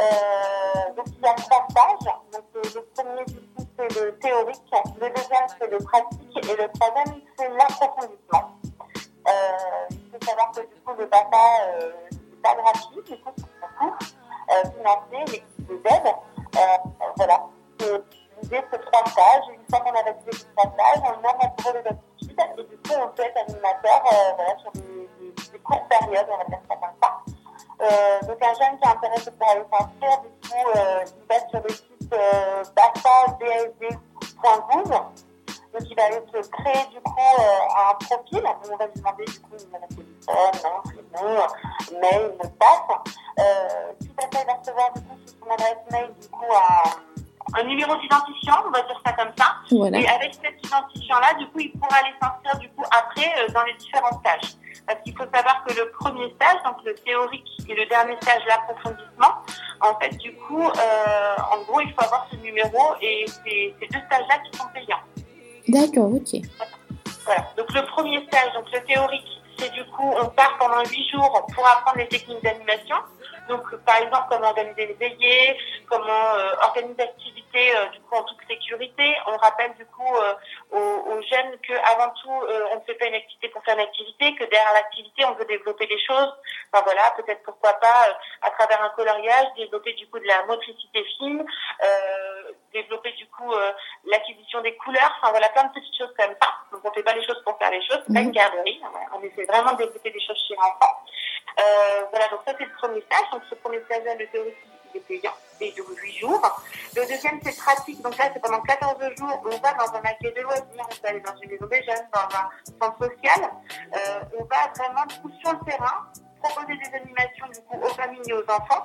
Euh, donc, il y a trois stages. Donc, le premier, du coup, c'est le théorique. Le deuxième, c'est le pratique. Et le troisième, c'est l'approfondissement. Euh, il faut savoir que, du coup, le BAFA, euh, c'est pas gratuit, du coup, c'est un cours euh, financé, mais qui nous aide. Euh, voilà. Et l'idée, c'est trois stages. Une fois qu'on a validé ces trois stages, on a un brevet d'aptitude et du coup, on peut être animateur euh, voilà, sur des, des, des courtes périodes, on va dire ça comme ça. Euh, donc, un jeune qui est intéressé pour aller s'inscrire, du coup, euh, il va sur le site euh, bafa b s d point gouv. Donc, il va aller se créer, du coup, euh, un profil. On va lui demander, du coup, une numéro de téléphone, nom, prénom, mail, mot de passe. Euh, tout à fait, il va recevoir, du coup, sur son adresse mail, du coup, un, un numéro d'identifiant, on va dire ça comme ça. Voilà. Et avec cet identifiant-là, du coup, il pourra aller s'inscrire, du coup, après, euh, dans les différents stages. Parce qu'il faut savoir que le premier stage, donc le théorique, et le dernier stage, l'approfondissement, en fait, du coup, euh, en gros, il faut avoir ce numéro et c'est ces deux stages-là qui sont payants. D'accord, ok. Voilà. Donc le premier stage, donc le théorique, c'est du coup, on part pendant huit jours pour apprendre les techniques d'animation. Donc par exemple, comment organiser les veillées, comment euh, organiser l'activité euh, du coup en toute sécurité. On rappelle du coup euh, aux, aux jeunes que avant tout, euh, on ne fait pas une activité pour faire une activité, que derrière l'activité, on veut développer des choses. Enfin voilà, peut-être pourquoi pas euh, à travers un coloriage, développer du coup de la motricité fine, euh, développer du coup euh, l'acquisition des couleurs. Enfin voilà, plein de petites choses comme ça. Donc on fait pas les choses pour faire les choses, c'est pas une garderie. On essaie vraiment de développer des choses chez l'enfant. Euh, voilà, donc ça c'est le premier stage. Donc ce premier stage là, le théorique, il est payant et dure huit jours. Le deuxième c'est pratique, donc là c'est pendant quatorze jours. On va dans un accueil de loisirs, on va aller dans une maison des jeunes, dans un centre social. Euh, on va vraiment du coup sur le terrain proposer des animations du coup aux familles et aux enfants.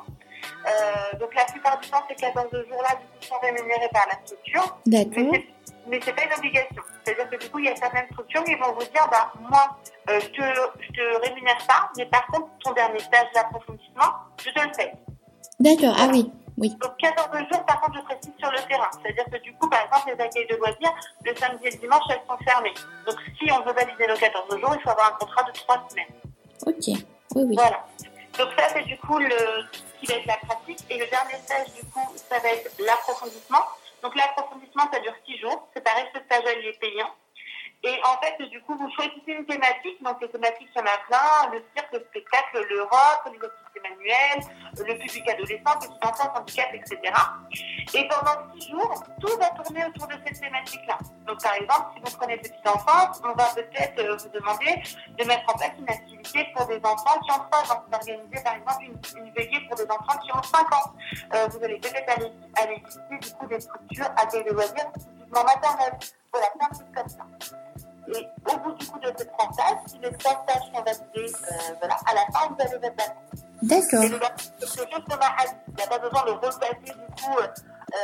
Euh, donc la plupart du temps ces quatorze jours là du coup sont rémunérés par la structure. D'accord. Mais mais c'est pas une obligation. C'est-à-dire que du coup, il y a certaines structures qui vont vous dire, bah, moi, euh, je te, je te rémunère pas, mais par contre, ton dernier stage d'approfondissement, je te le fais. D'accord, ah oui, oui. Donc, quatorze jours, par contre, je précise sur le terrain. C'est-à-dire que du coup, par exemple, les accueils de loisirs, le samedi et le dimanche, elles sont fermées. Donc, si on veut valider nos quatorze jours, il faut avoir un contrat de trois semaines. Ok, oui, oui. Voilà. Donc, ça, c'est du coup le, ce qui va être la pratique. Et le dernier stage, du coup, ça va être l'approfondissement. Donc l'approfondissement, ça dure six jours. C'est pareil, ce stage-là, il est payant. Et en fait, du coup, vous choisissez une thématique. Donc les thématiques, il y en a plein. Le cirque, le spectacle, l'Europe, les activités manuelles, le public adolescent, petits enfants, handicap, et cetera. Et pendant six jours, tout va tourner autour de cette thématique-là. Donc, par exemple, si vous prenez petite enfance, on va peut-être euh, vous demander de mettre en place une activité pour des enfants qui ont trois ans. Vous organisez, par exemple, une, une veillée pour des enfants qui ont cinq ans. Euh, vous allez peut-être aller, aller visiter, du coup, des structures accueil de loisirs, typiquement maternelles. Voilà, plein de trucs comme ça. Et au bout, du coup, de ces trois stages, si les trois stages sont validés, euh, voilà, à la fin, vous avez votre bac. D'accord. Et le bac, c'est quelque chose qu'on a dit. Il n'y a pas besoin de repasser, du coup, euh,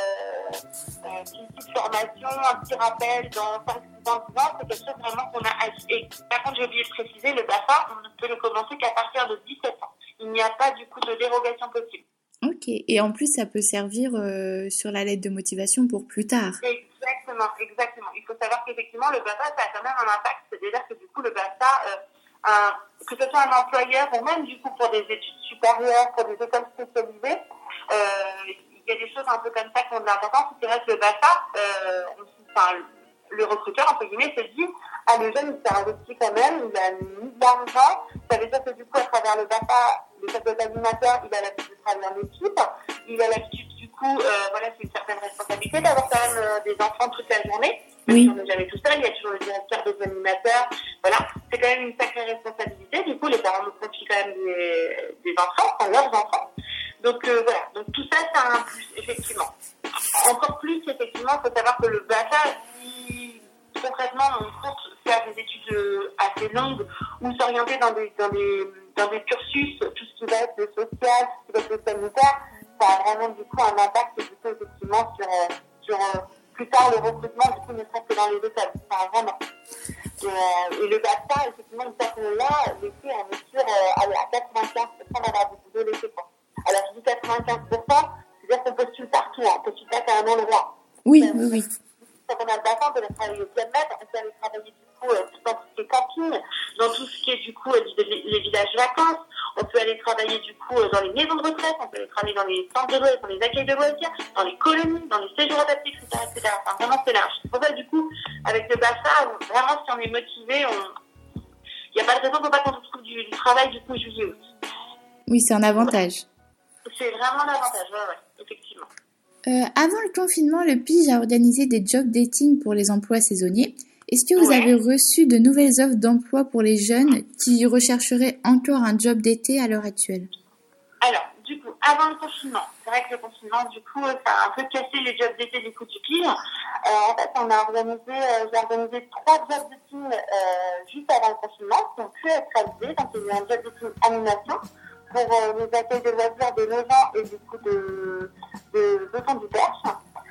Euh, une petite formation, un petit rappel dans cinq ans, dix ans, c'est quelque chose vraiment qu'on a agi. Et par contre, j'ai oublié de préciser, le B A F A, on ne peut le commencer qu'à partir de dix-sept ans. Il n'y a pas du coup de dérogation possible. Ok, et en plus, ça peut servir euh, sur la lettre de motivation pour plus tard. Exactement, exactement. Il faut savoir qu'effectivement, le B A F A, ça a quand même un impact. C'est-à-dire que du coup, le B A F A, euh, un, que ce soit un employeur ou même du coup pour des études supérieures, pour des écoles spécialisées, euh, il y a des choses un peu comme ça qui ont de l'importance. C'est vrai que le B A F A, euh, enfin, le recruteur, entre guillemets, se dit ah, le jeune, il s'est investi quand même, il a mis de l'argent. Ça veut dire que du coup, à travers le B A F A, le chef d'animateur, il a l'habitude de travailler en équipe. Il a l'habitude, du coup, euh, voilà, c'est une certaine responsabilité d'avoir quand même euh, des enfants toute la journée. Oui. On n'est jamais tout seul, il y a toujours le directeur des animateurs. Voilà, c'est quand même une sacrée responsabilité. Du coup, les parents nous confient quand même des, des enfants, enfin leurs enfants. Donc euh, voilà, donc tout ça, c'est un plus, effectivement. Encore plus, effectivement, il faut savoir que le B A F A, si concrètement on compte faire des études assez longues ou s'orienter dans des, dans des, dans des cursus, tout ce qui va être le social, tout ce qui va être le sanitaire, ça a vraiment du coup un impact du coup, effectivement sur, sur plus tard le recrutement, du coup, ne serait-ce que dans les écoles. Enfin, vraiment. Et, euh, et le B A F A, effectivement, une fois qu'on l'a, l'été, on est sûr euh, à quatre-vingt-quinze pour cent d'avoir beaucoup de l'été, quoi. Alors, je dis quatre-vingt-quinze pour cent, c'est-à-dire qu'on postule partout, hein. On postule pas carrément le roi. Oui, euh, oui, oui. Quand on a le bassin, on peut aller travailler au kilomètre, on peut aller travailler du coup euh, dans tout ce qui est camping, dans tout ce qui est du coup euh, les, les villages vacances, on peut aller travailler du coup euh, dans les maisons de retraite, on peut aller travailler dans les centres de loisirs, dans les accueils de loisirs, dans les colonies, dans les séjours adaptés, et cetera, et cetera. Enfin, vraiment, c'est large. C'est pour ça, du coup, avec le bassin, vraiment, si on est motivé, on... il n'y a pas de raison pour pas qu'on se trouve du, du travail du coup juillet-août. Oui, c'est un avantage. C'est vraiment un avantage, ouais, ouais, effectivement. Euh, avant le confinement, le P I G a organisé des job dating pour les emplois saisonniers. Est-ce que vous Ouais. avez reçu de nouvelles offres d'emploi pour les jeunes qui rechercheraient encore un job d'été à l'heure actuelle? Alors, du coup, avant le confinement, c'est vrai que le confinement, du coup, ça a un peu cassé les jobs d'été du coup du P I G. Euh, en fait, on a organisé, euh, j'ai organisé trois jobs dating euh, juste avant le confinement qui ont pu être réalisés. Donc, il y a eu un job dating animation pour euh, les accueils de loisirs de Nogent et du coup de, de, de Saint-du-Perche,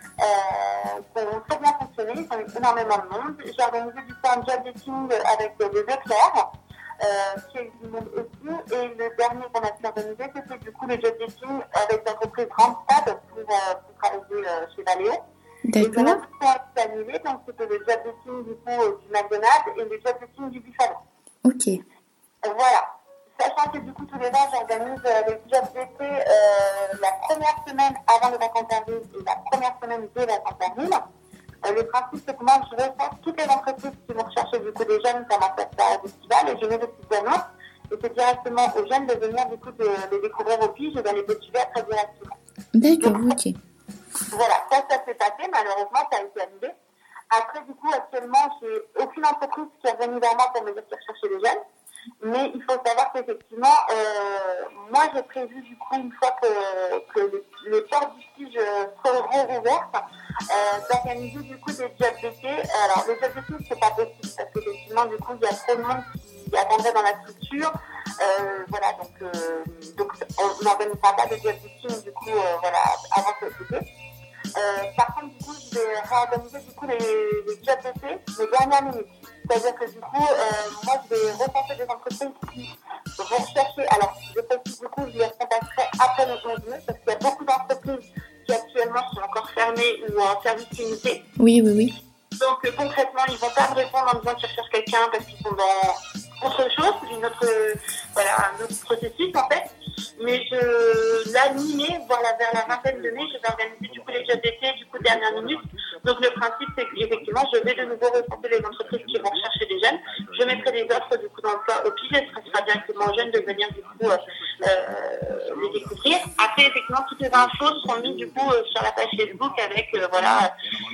euh, qui ont très bien fonctionné, ils ont eu énormément de monde. J'ai organisé du coup un job dating avec euh, des éclairs, euh, qui a eu du monde aussi, et le dernier qu'on a pu organiser, c'était du coup le job dating avec l'entreprise Randstad pour, euh, pour travailler euh, chez Valeo. Et on a D'accord. tout été annulé, donc c'était le job dating du coup euh, du McDonald's et le job dating du Buffalo. Ok. Euh, voilà. Sachant que du coup, tous les ans, j'organise euh, les jobs d'été euh, la première semaine avant les vacances d'avril et la première semaine des vacances d'avril. Euh, le principe, c'est que moi, je recense toutes les entreprises qui vont rechercher du coup des jeunes pendant cette période estivale et je mets des petites annonces. Et c'est directement aux jeunes de venir du coup de les découvrir au P I G et d'aller postuler très directement. D'accord, ok. Voilà, ça, ça s'est passé. Malheureusement, ça a été annulé. Après, du coup, actuellement, j'ai aucune entreprise qui est venue vers moi pour me dire qu'elle recherchait des jeunes. Mais il faut savoir qu'effectivement, euh, moi j'ai prévu du coup une fois que, que les, les portes du P I G seront rouvertes, euh, d'organiser du coup des jobs d'été. Alors les jobs d'été c'est pas possible parce qu'effectivement du coup il y a trop de monde qui attendrait dans la structure. Euh, voilà donc euh, donc on n'organisera pas de jobs d'été du coup euh, voilà avant cet été. Euh, par contre, du coup, je vais réorganiser du coup les, les jobs d'été les dernières minutes. C'est-à-dire que du coup, euh, moi, je vais repenser des entreprises qui vont rechercher. Alors, je précise du coup, je les contacterai après le onze mai parce qu'il y a beaucoup d'entreprises qui actuellement sont encore fermées ou en service limité. Oui, oui, oui. Donc, euh, concrètement, ils vont pas me répondre en disant qu'ils recherchent quelqu'un parce qu'ils sont dans autre chose, une autre, euh, voilà, un autre processus en fait. Mais je, là, mi-mai, voire la, vers la vingtaine de mai, je vais organiser du coup les jobs d'été, du coup, dernière minute. Donc, le principe, c'est qu'effectivement, je vais de nouveau recenser les entreprises qui vont rechercher des jeunes. Je mettrai des offres, du coup, d'emploi au P I G. Ce sera directement aux jeunes de venir, du coup, euh, euh, les découvrir. Après, effectivement, toutes les infos seront mises, du coup, euh, sur la page Facebook avec, euh, voilà,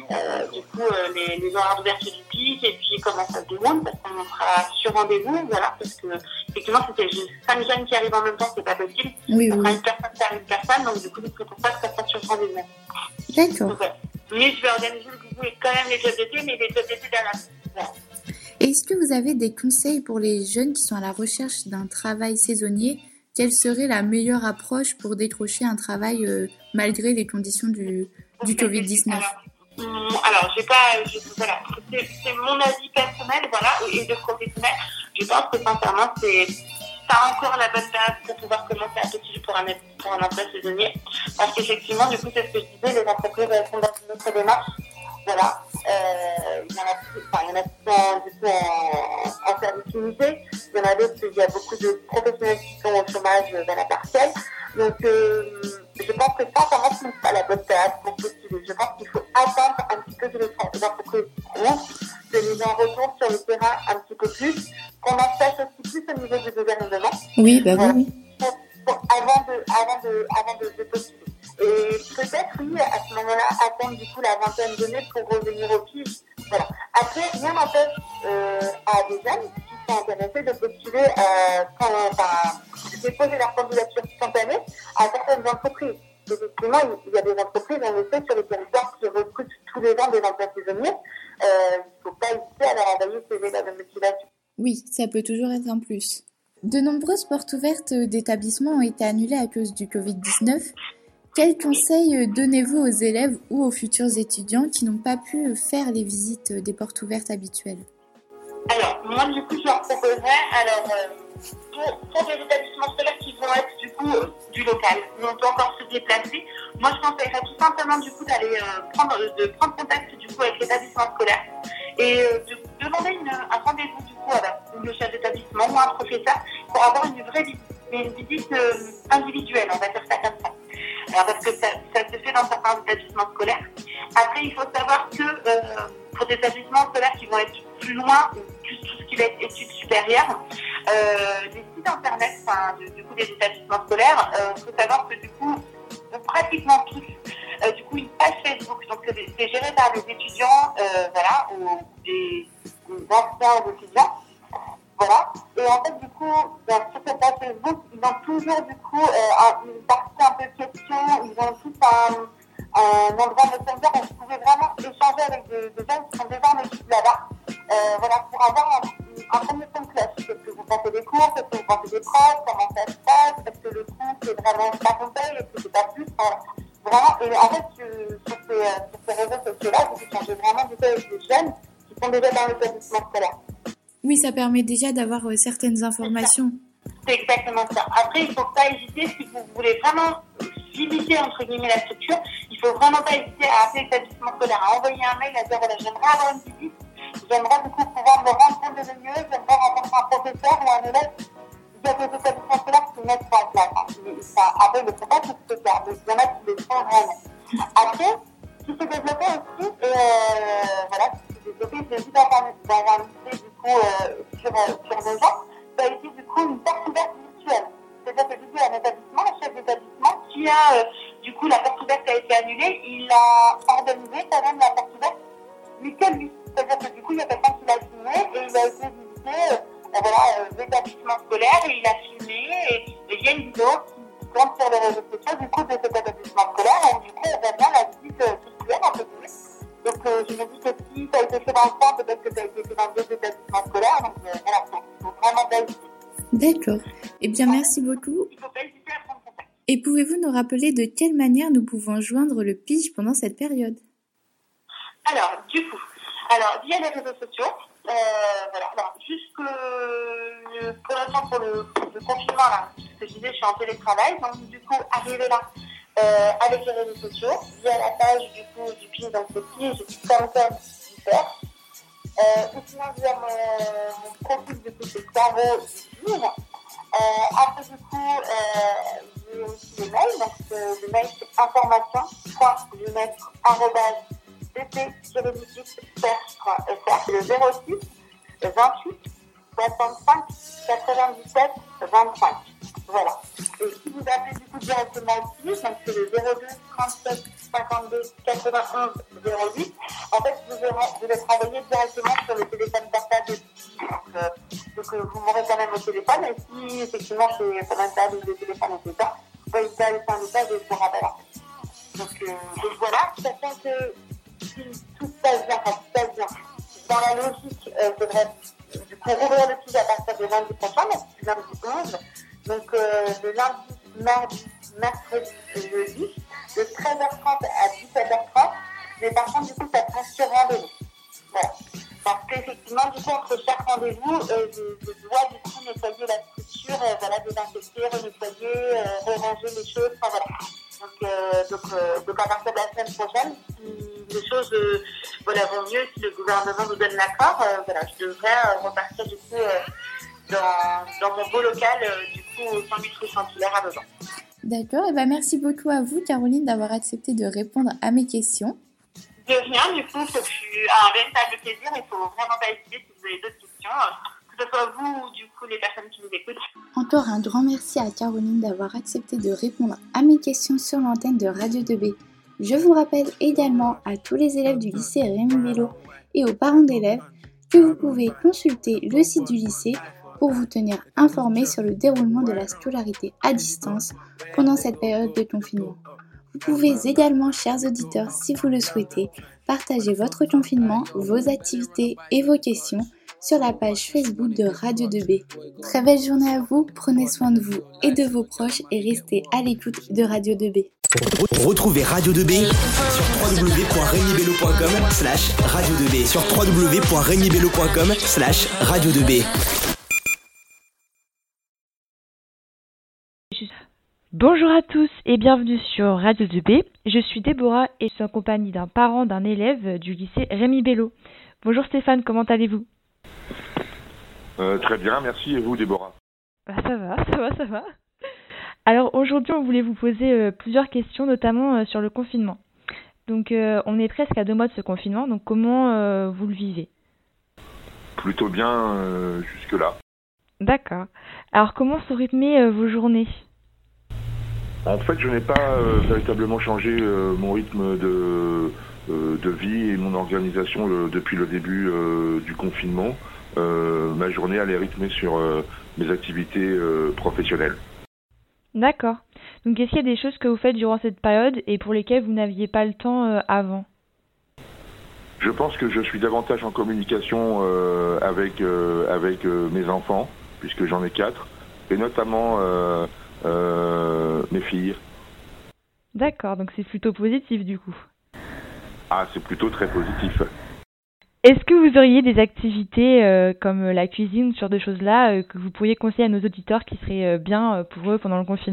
euh, du coup euh, les, les horaires d'ouverture du pic et puis comment ça se déroule, parce qu'on sera sur rendez-vous, voilà, parce que effectivement c'était juste cinq jeunes qui arrivent en même temps, c'est pas possible. Oui, ça oui. sera une personne par une personne, donc du coup c'est pour ça que ça sera sur rendez-vous. D'accord. Donc, ouais. Mais je vais organiser quand même les jobs d'été, mais les jobs d'été à la voilà. Est-ce que vous avez des conseils pour les jeunes qui sont à la recherche d'un travail saisonnier? Quelle serait la meilleure approche pour décrocher un travail euh, malgré les conditions du, du covid dix-neuf? Alors, hum, alors j'ai pas, je, voilà, c'est, c'est mon avis personnel, voilà, et de professionnel. Je pense que sincèrement, c'est pas encore la bonne base pour pouvoir commencer à postuler pour un, pour un emploi saisonnier. Parce qu'effectivement, du coup, c'est ce que je disais, les entreprises elles sont dans une autre démarche. Voilà, euh, il y en a, enfin, il y en a qui sont du coup en, en service limité, il y en a d'autres, il y a beaucoup de professionnels qui sont au chômage dans la partielle. Donc, euh, je pense que sincèrement, ce n'est pas la bonne période pour postuler. Je pense qu'il faut attendre un petit peu que les entreprises trouvent, que les gens retournent sur le terrain un petit peu plus, qu'on en sache aussi plus au niveau du gouvernement. Oui, bah voilà, oui. pour, pour, avant de, avant de, avant de, de postuler. Et peut-être, oui, à ce moment-là, attendre du coup la vingtaine d'années pour revenir au P I G. Voilà. Après, rien n'empêche euh, à des jeunes qui sont intéressés de postuler, euh, quand, enfin, de déposer leur candidature spontanée à certaines entreprises. Effectivement, il y a des entreprises, en effet, sur les territoires qui recrutent tous les ans des emplois saisonniers. Euh, il ne faut pas hésiter à leur envoyer ces lettres de motivation. Oui, ça peut toujours être un plus. De nombreuses portes ouvertes d'établissements ont été annulées à cause du covid dix-neuf. Quels conseils donnez-vous aux élèves ou aux futurs étudiants qui n'ont pas pu faire les visites des portes ouvertes habituelles? Alors, moi, du coup, je leur proposerais, alors, euh, pour, pour des établissements scolaires qui vont être, du coup, euh, du local, où on peut encore se déplacer, moi, je conseillerais tout simplement, du coup, d'aller euh, prendre, de prendre contact, du coup, avec l'établissement scolaire et euh, de demander une, un rendez-vous, du coup, avec le chef d'établissement ou un professeur pour avoir une vraie visite, mais une visite euh, individuelle, on va dire ça comme ça. Alors, parce que ça, ça se fait dans certains établissements scolaires. Après, il faut savoir que euh, pour des établissements scolaires qui vont être plus loin, ou plus tout ce qui va être études supérieures, euh, les sites internet, enfin, du, du coup, des établissements scolaires, il euh, faut savoir que du coup, pratiquement tous, euh, du coup, une page Facebook, donc c'est, c'est géré par des étudiants, euh, voilà, ou des, des anciens étudiants. Voilà. Et en fait, du coup, sur cette page Facebook, ils ont toujours, du coup, euh, une partie un peu question. Ils ont tous un, un endroit messenger où vous pouvez vraiment échanger avec des, des gens qui sont déjà en études là-bas. Euh, voilà, pour avoir un, un premier son de cloche. Qu'est-ce que vous pensez des cours? Qu'est-ce que vous pensez des profs? Comment ça se passe? Est-ce que le cours, c'est vraiment pas complet? Est-ce que c'est pas plus? Enfin, vraiment. Et en fait, sur, sur, ces, sur ces réseaux sociaux-là, vous échangez vraiment du coup avec des jeunes qui sont déjà dans l'établissement scolaire. Oui, ça permet déjà d'avoir euh, certaines informations. C'est exactement ça. Après, il ne faut pas hésiter, si vous voulez vraiment limiter, entre guillemets, la structure, il ne faut vraiment pas hésiter à appeler l'établissement scolaire, à envoyer un mail, à dire, voilà, j'aimerais avoir une visite, j'aimerais du coup pouvoir me rendre compte de mieux, j'aimerais rencontrer un professeur ou un élève. Il y a des établissements scolaires qui mettent ça en place. Hein. Ça, après, ils ne font pas tout ce faire, mais il y en a qui le font vraiment. Après, ce qui s'est développé aussi, et euh, voilà, ce qui s'est développé, j'ai vu dans un, dans un lycée, du coup, euh, sur, sur nos gens, ça a été du coup une porte ouverte virtuelle. C'est-à-dire que du coup, un établissement, le chef d'établissement, qui a, euh, du coup, la porte ouverte a été annulée, il a organisé quand même la porte ouverte, mais que lui. C'est-à-dire que du coup, il y a quelqu'un qui l'a filmé et il a été visité, euh, voilà, euh, l'établissement scolaire et il a filmé et, et il y a une vidéo qui tourne sur les réseaux sociaux, du coup, de cet établissement scolaire et du coup, on voit bien la visite euh, virtuelle, un peu plus. Donc, euh, je me dis que si ça a été fait dans le coin, peut-être que ça a été fait dans d'autres établissements scolaires. Donc, euh, voilà, il faut vraiment pas hésiter. D'accord. Eh bien, merci beaucoup. Il ne faut pas hésiter à prendre contact. Et pouvez-vous nous rappeler de quelle manière nous pouvons joindre le P I G pendant cette période? Alors, du coup, alors, via les réseaux sociaux, euh, voilà, alors, jusque, euh, pour l'instant, pour le, le confinement, là, ce que je disais, je suis en télétravail, donc, du coup, arriver là, Euh, avec les réseaux sociaux, via la page du coup du P I G, donc c'est P I G point com super. Euh, ou sinon via mon, mon profil du coup c'est Caro du P I G. Euh, après du coup, euh, j'ai aussi le mail, donc euh, le mail c'est information point lunette arobase b p tiret search point f r, c'est le zéro six vingt-huit soixante-cinq quatre-vingt-dix-sept vingt-cinq. Voilà. Et si vous appelez du coup directement aussi, donc c'est le zéro deux trente-sept cinquante-deux quatre-vingt-onze zéro huit, en fait vous devez être envoyé directement sur le téléphone portable. Donc, euh, donc euh, vous m'aurez quand même au téléphone, et si effectivement c'est pendant une période où le téléphone est éteint, vous pouvez laisser un message et je vous rappellera. Donc, euh, donc voilà, sachant que si tout se passe bien, enfin tout se passe bien, dans la logique, euh, c'est vrai, du coup rouvrir le site à partir de lundi prochain, donc du lundi onze, donc euh, de lundi, mardi, mercredi et jeudi, de treize heures trente à dix-sept heures trente, mais par contre du coup ça prend sur rendez-vous. Voilà. Parce qu'effectivement, du coup, entre chaque rendez-vous, euh, je, je dois du coup nettoyer la structure, euh, voilà, désinfecter, renettoyer, euh, re-ranger les choses, enfin voilà. Donc, euh, donc, euh, donc à partir de la semaine prochaine, si les choses euh, voilà, vont mieux, si le gouvernement nous donne l'accord, euh, voilà, je devrais euh, repartir du coup euh, dans, dans mon beau local, euh, du coup, au cent huit rue Saint-Hilaire à Lausanne. D'accord, et ben merci beaucoup à vous, Caroline, d'avoir accepté de répondre à mes questions. De rien, du coup, ce fut un véritable plaisir. Il ne faut vraiment pas hésiter si vous avez d'autres questions, que ce soit vous ou du coup les personnes qui nous écoutent. Encore un grand merci à Caroline d'avoir accepté de répondre à mes questions sur l'antenne de Radio deux B. Je vous rappelle également à tous les élèves du lycée Rémi Bello et aux parents d'élèves que vous pouvez consulter le site du lycée pour vous tenir informés sur le déroulement de la scolarité à distance pendant cette période de confinement. Vous pouvez également, chers auditeurs, si vous le souhaitez, partager votre confinement, vos activités et vos questions sur la page Facebook de Radio deux B. Très belle journée à vous, prenez soin de vous et de vos proches et restez à l'écoute de Radio deux B. Retrouvez Radio deux B sur w w w point rémi bello point com slash radio deux b sur w w w point rémi bello point com slash radio deux b. Bonjour à tous et bienvenue sur Radio deux B. Je suis Déborah et je suis en compagnie d'un parent d'un élève du lycée Rémi Bello. Bonjour Stéphane, comment allez-vous ? euh, Très bien, merci. Et vous, Déborah ? Bah, ça va, ça va, ça va. Alors aujourd'hui, on voulait vous poser euh, plusieurs questions, notamment euh, sur le confinement. Donc euh, on est presque à deux mois de ce confinement, donc comment euh, vous le vivez ? Plutôt bien euh, jusque-là. D'accord. Alors comment sont rythmées euh, vos journées ? En fait, je n'ai pas euh, véritablement changé euh, mon rythme de, euh, de vie et mon organisation le, depuis le début euh, du confinement. Euh, ma journée, elle est rythmée sur euh, mes activités euh, professionnelles. D'accord. Donc, est-ce qu'il y a des choses que vous faites durant cette période et pour lesquelles vous n'aviez pas le temps euh, avant ? Je pense que je suis davantage en communication euh, avec, euh, avec euh, mes enfants, puisque j'en ai quatre, et notamment... Euh, Euh, mes filles. D'accord, donc c'est plutôt positif du coup. Ah, c'est plutôt très positif. Est-ce que vous auriez des activités euh, comme la cuisine, ce genre de choses-là, euh, que vous pourriez conseiller à nos auditeurs qui seraient euh, bien euh, pour eux pendant le confinement ?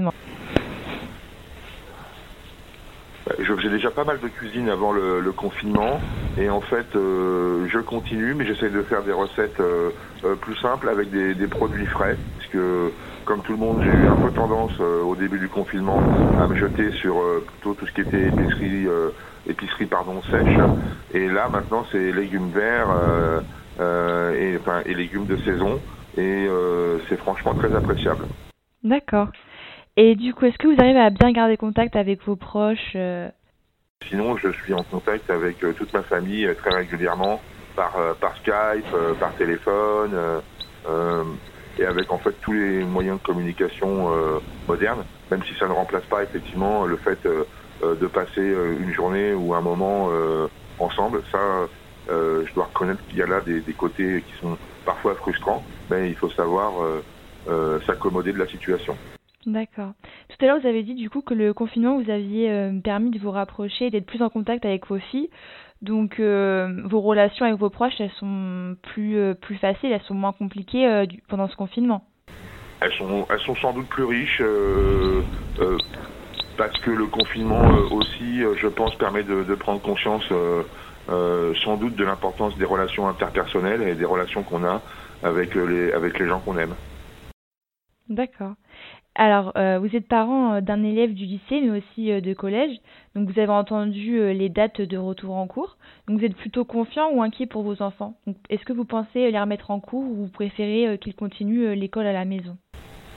Je faisais déjà pas mal de cuisine avant le, le confinement et en fait euh, je continue, mais j'essaie de faire des recettes euh, euh, plus simples avec des, des produits frais, parce que comme tout le monde, j'ai eu un peu tendance euh, au début du confinement à me jeter sur euh, plutôt tout ce qui était épicerie, euh, épicerie pardon, sèche. Et là maintenant c'est légumes verts euh, euh, et, enfin, et légumes de saison et euh, c'est franchement très appréciable. D'accord. Et du coup, est-ce que vous arrivez à bien garder contact avec vos proches euh... Sinon, je suis en contact avec euh, toute ma famille euh, très régulièrement par, euh, par Skype, euh, par téléphone euh, euh, et avec en fait tous les moyens de communication euh, modernes, même si ça ne remplace pas effectivement le fait euh, euh, de passer euh, une journée ou un moment euh, ensemble. Ça, euh, je dois reconnaître qu'il y a là des, des côtés qui sont parfois frustrants, mais il faut savoir euh, euh, s'accommoder de la situation. D'accord. Tout à l'heure, vous avez dit du coup que le confinement vous aviez euh, permis de vous rapprocher et d'être plus en contact avec vos filles. Donc, euh, vos relations avec vos proches, elles sont plus euh, plus faciles, elles sont moins compliquées euh, du, pendant ce confinement. Elles sont elles sont sans doute plus riches euh, euh, parce que le confinement euh, aussi, euh, je pense, permet de, de prendre conscience euh, euh, sans doute de l'importance des relations interpersonnelles et des relations qu'on a avec les avec les gens qu'on aime. D'accord. Alors, euh, vous êtes parent d'un élève du lycée, mais aussi euh, de collège. Donc, vous avez entendu euh, les dates de retour en cours. Donc, vous êtes plutôt confiant ou inquiet pour vos enfants ? Donc, est-ce que vous pensez les remettre en cours ou vous préférez euh, qu'ils continuent euh, l'école à la maison ?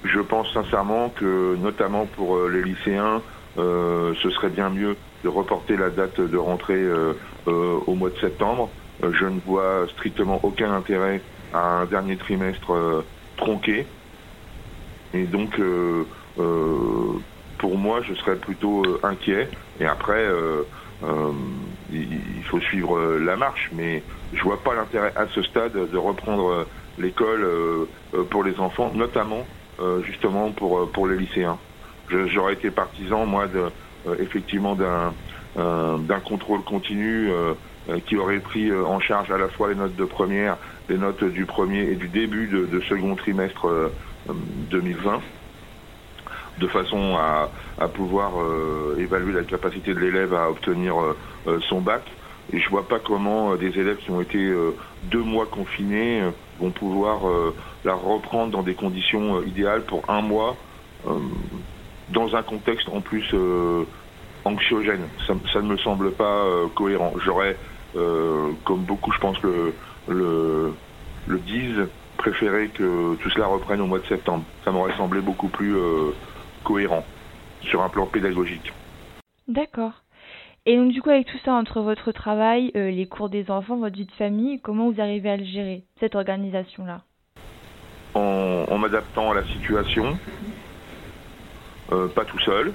je pense sincèrement que, notamment pour euh, les lycéens, euh, ce serait bien mieux de reporter la date de rentrée euh, euh, au mois de septembre. Euh, je ne vois strictement aucun intérêt à un dernier trimestre euh, tronqué. Et donc, euh, euh, pour moi, je serais plutôt euh, inquiet. Et après, euh, euh, il, il faut suivre euh, la marche. Mais je vois pas l'intérêt à ce stade de reprendre euh, l'école euh, euh, pour les enfants, notamment euh, justement pour pour les lycéens. Je, j'aurais été partisan, moi, de euh, effectivement d'un euh, d'un contrôle continu euh, euh, qui aurait pris euh, en charge à la fois les notes de première, les notes du premier et du début de, de second trimestre euh, deux mille vingt, de façon à, à pouvoir euh, évaluer la capacité de l'élève à obtenir euh, son bac. Et je vois pas comment euh, des élèves qui ont été euh, deux mois confinés euh, vont pouvoir euh, la reprendre dans des conditions euh, idéales pour un mois, euh, dans un contexte en plus euh, anxiogène. Ça, ça ne me semble pas euh, cohérent. J'aurais, euh, comme beaucoup je pense le, le, le disent, préféré que tout cela reprenne au mois de septembre. Ça m'aurait semblé beaucoup plus euh, cohérent sur un plan pédagogique. D'accord. Et donc du coup, avec tout ça, entre votre travail, euh, les cours des enfants, votre vie de famille, comment vous arrivez à le gérer, cette organisation-là? En, en m'adaptant à la situation, euh, pas tout seul.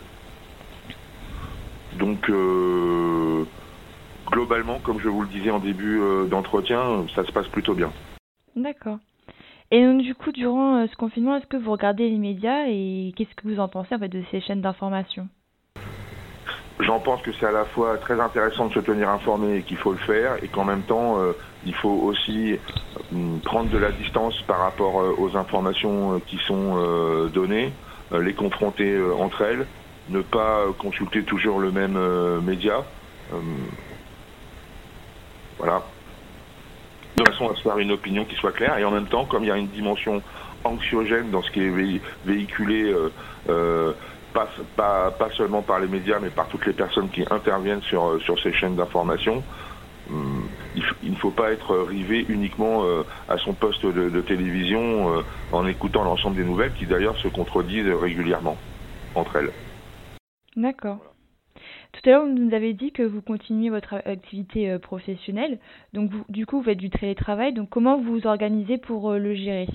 Donc, euh, globalement, comme je vous le disais en début euh, d'entretien, ça se passe plutôt bien. D'accord. Et donc du coup, durant euh, ce confinement, est-ce que vous regardez les médias et qu'est-ce que vous en pensez en fait de ces chaînes d'information? J'en pense que c'est à la fois très intéressant de se tenir informé et qu'il faut le faire, et qu'en même temps, euh, il faut aussi euh, prendre de la distance par rapport euh, aux informations euh, qui sont euh, données, euh, les confronter euh, entre elles, ne pas euh, consulter toujours le même euh, média. Euh, voilà. De façon à se faire une opinion qui soit claire, et en même temps, comme il y a une dimension anxiogène dans ce qui est vé- véhiculé, euh, euh, pas, pas, pas seulement par les médias, mais par toutes les personnes qui interviennent sur, sur ces chaînes d'information, hum, il, f- il ne faut pas être rivé uniquement euh, à son poste de, de télévision euh, en écoutant l'ensemble des nouvelles, qui d'ailleurs se contredisent régulièrement entre elles. D'accord. Tout à l'heure, vous nous avez dit que vous continuez votre activité euh, professionnelle. Donc, vous, du coup, vous faites du télétravail. Donc, comment vous vous organisez pour euh, le gérer?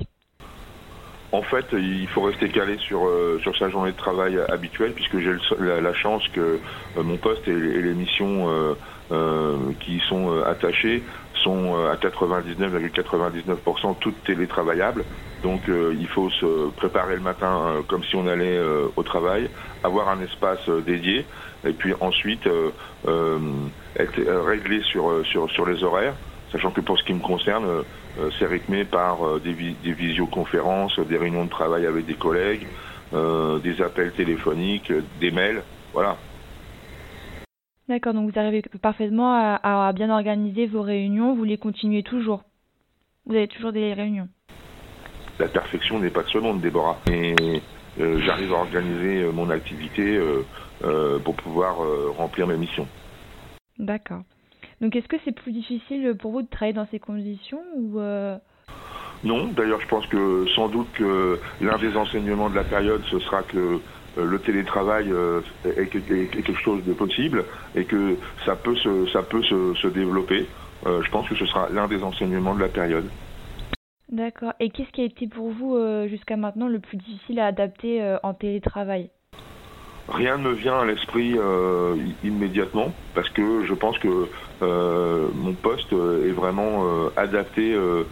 En fait, il faut rester calé sur euh, sur sa journée de travail habituelle, puisque j'ai le, la, la chance que euh, mon poste et, et les missions euh, euh, qui y sont euh, attachées sont euh, à quatre-vingt-dix-neuf virgule quatre-vingt-dix-neuf pour cent toutes télétravaillables. Donc, euh, il faut se préparer le matin euh, comme si on allait euh, au travail, avoir un espace euh, dédié, et puis ensuite euh, euh, être réglé sur sur sur les horaires, sachant que pour ce qui me concerne, euh, c'est rythmé par euh, des, vi- des visioconférences, des réunions de travail avec des collègues, euh, des appels téléphoniques, des mails, voilà. D'accord, donc vous arrivez parfaitement à, à bien organiser vos réunions, vous les continuez toujours. Vous avez toujours des réunions. La perfection n'est pas de ce monde, Déborah. Et euh, j'arrive à organiser euh, mon activité euh, euh, pour pouvoir euh, remplir mes missions. D'accord. Donc est-ce que c'est plus difficile pour vous de travailler dans ces conditions ou euh... Non, d'ailleurs je pense que sans doute que l'un des enseignements de la période, ce sera que euh, le télétravail euh, est, est, est quelque chose de possible et que ça peut se, ça peut se, se développer. Euh, je pense que ce sera l'un des enseignements de la période. D'accord. Et qu'est-ce qui a été pour vous euh, jusqu'à maintenant le plus difficile à adapter euh, en télétravail? Rien ne me vient à l'esprit euh, immédiatement, parce que je pense que euh, mon poste est vraiment euh, adapté euh,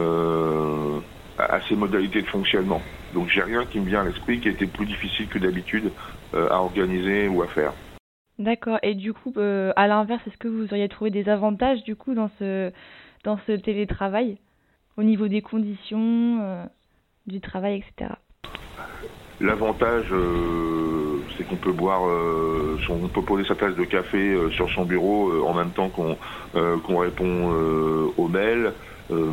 euh, à ces modalités de fonctionnement. Donc j'ai rien qui me vient à l'esprit qui a été plus difficile que d'habitude euh, à organiser ou à faire. D'accord. Et du coup, euh, à l'inverse, est-ce que vous auriez trouvé des avantages du coup dans ce dans ce télétravail au niveau des conditions euh, du travail, et cetera. L'avantage, euh, c'est qu'on peut boire, euh, son, on peut poser sa tasse de café euh, sur son bureau euh, en même temps qu'on euh, qu'on répond euh, aux mails. Euh,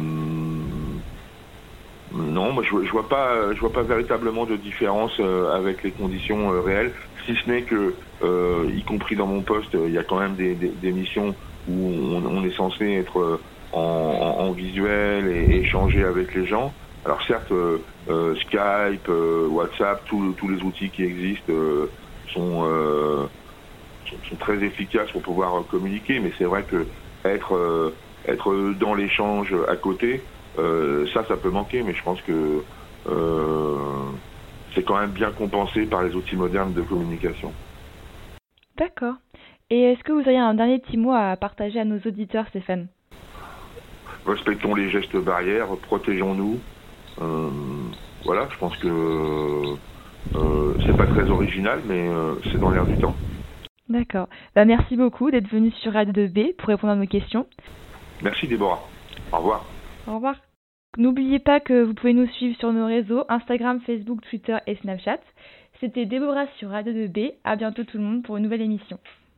non, moi je, je vois pas, je vois pas véritablement de différence euh, avec les conditions euh, réelles, si ce n'est que, euh, y compris dans mon poste, il y a quand même des, des, des missions où on, on est censé être en, en, en visuel et échanger avec les gens. Alors certes, euh, euh, Skype, euh, WhatsApp, tous tous les outils qui existent euh, sont, euh, sont sont très efficaces pour pouvoir communiquer, mais c'est vrai que être euh, être dans l'échange à côté, euh, ça, ça peut manquer, mais je pense que euh, c'est quand même bien compensé par les outils modernes de communication. D'accord. Et est-ce que vous auriez un dernier petit mot à partager à nos auditeurs, Stéphane ? Respectons les gestes barrières, protégeons-nous. Euh, voilà, je pense que euh, c'est pas très original, mais euh, c'est dans l'air du temps. D'accord. Bah, merci beaucoup d'être venu sur Radio deux B pour répondre à nos questions. Merci Déborah. Au revoir. Au revoir. N'oubliez pas que vous pouvez nous suivre sur nos réseaux Instagram, Facebook, Twitter et Snapchat. C'était Déborah sur Radio deux B. À bientôt tout le monde pour une nouvelle émission.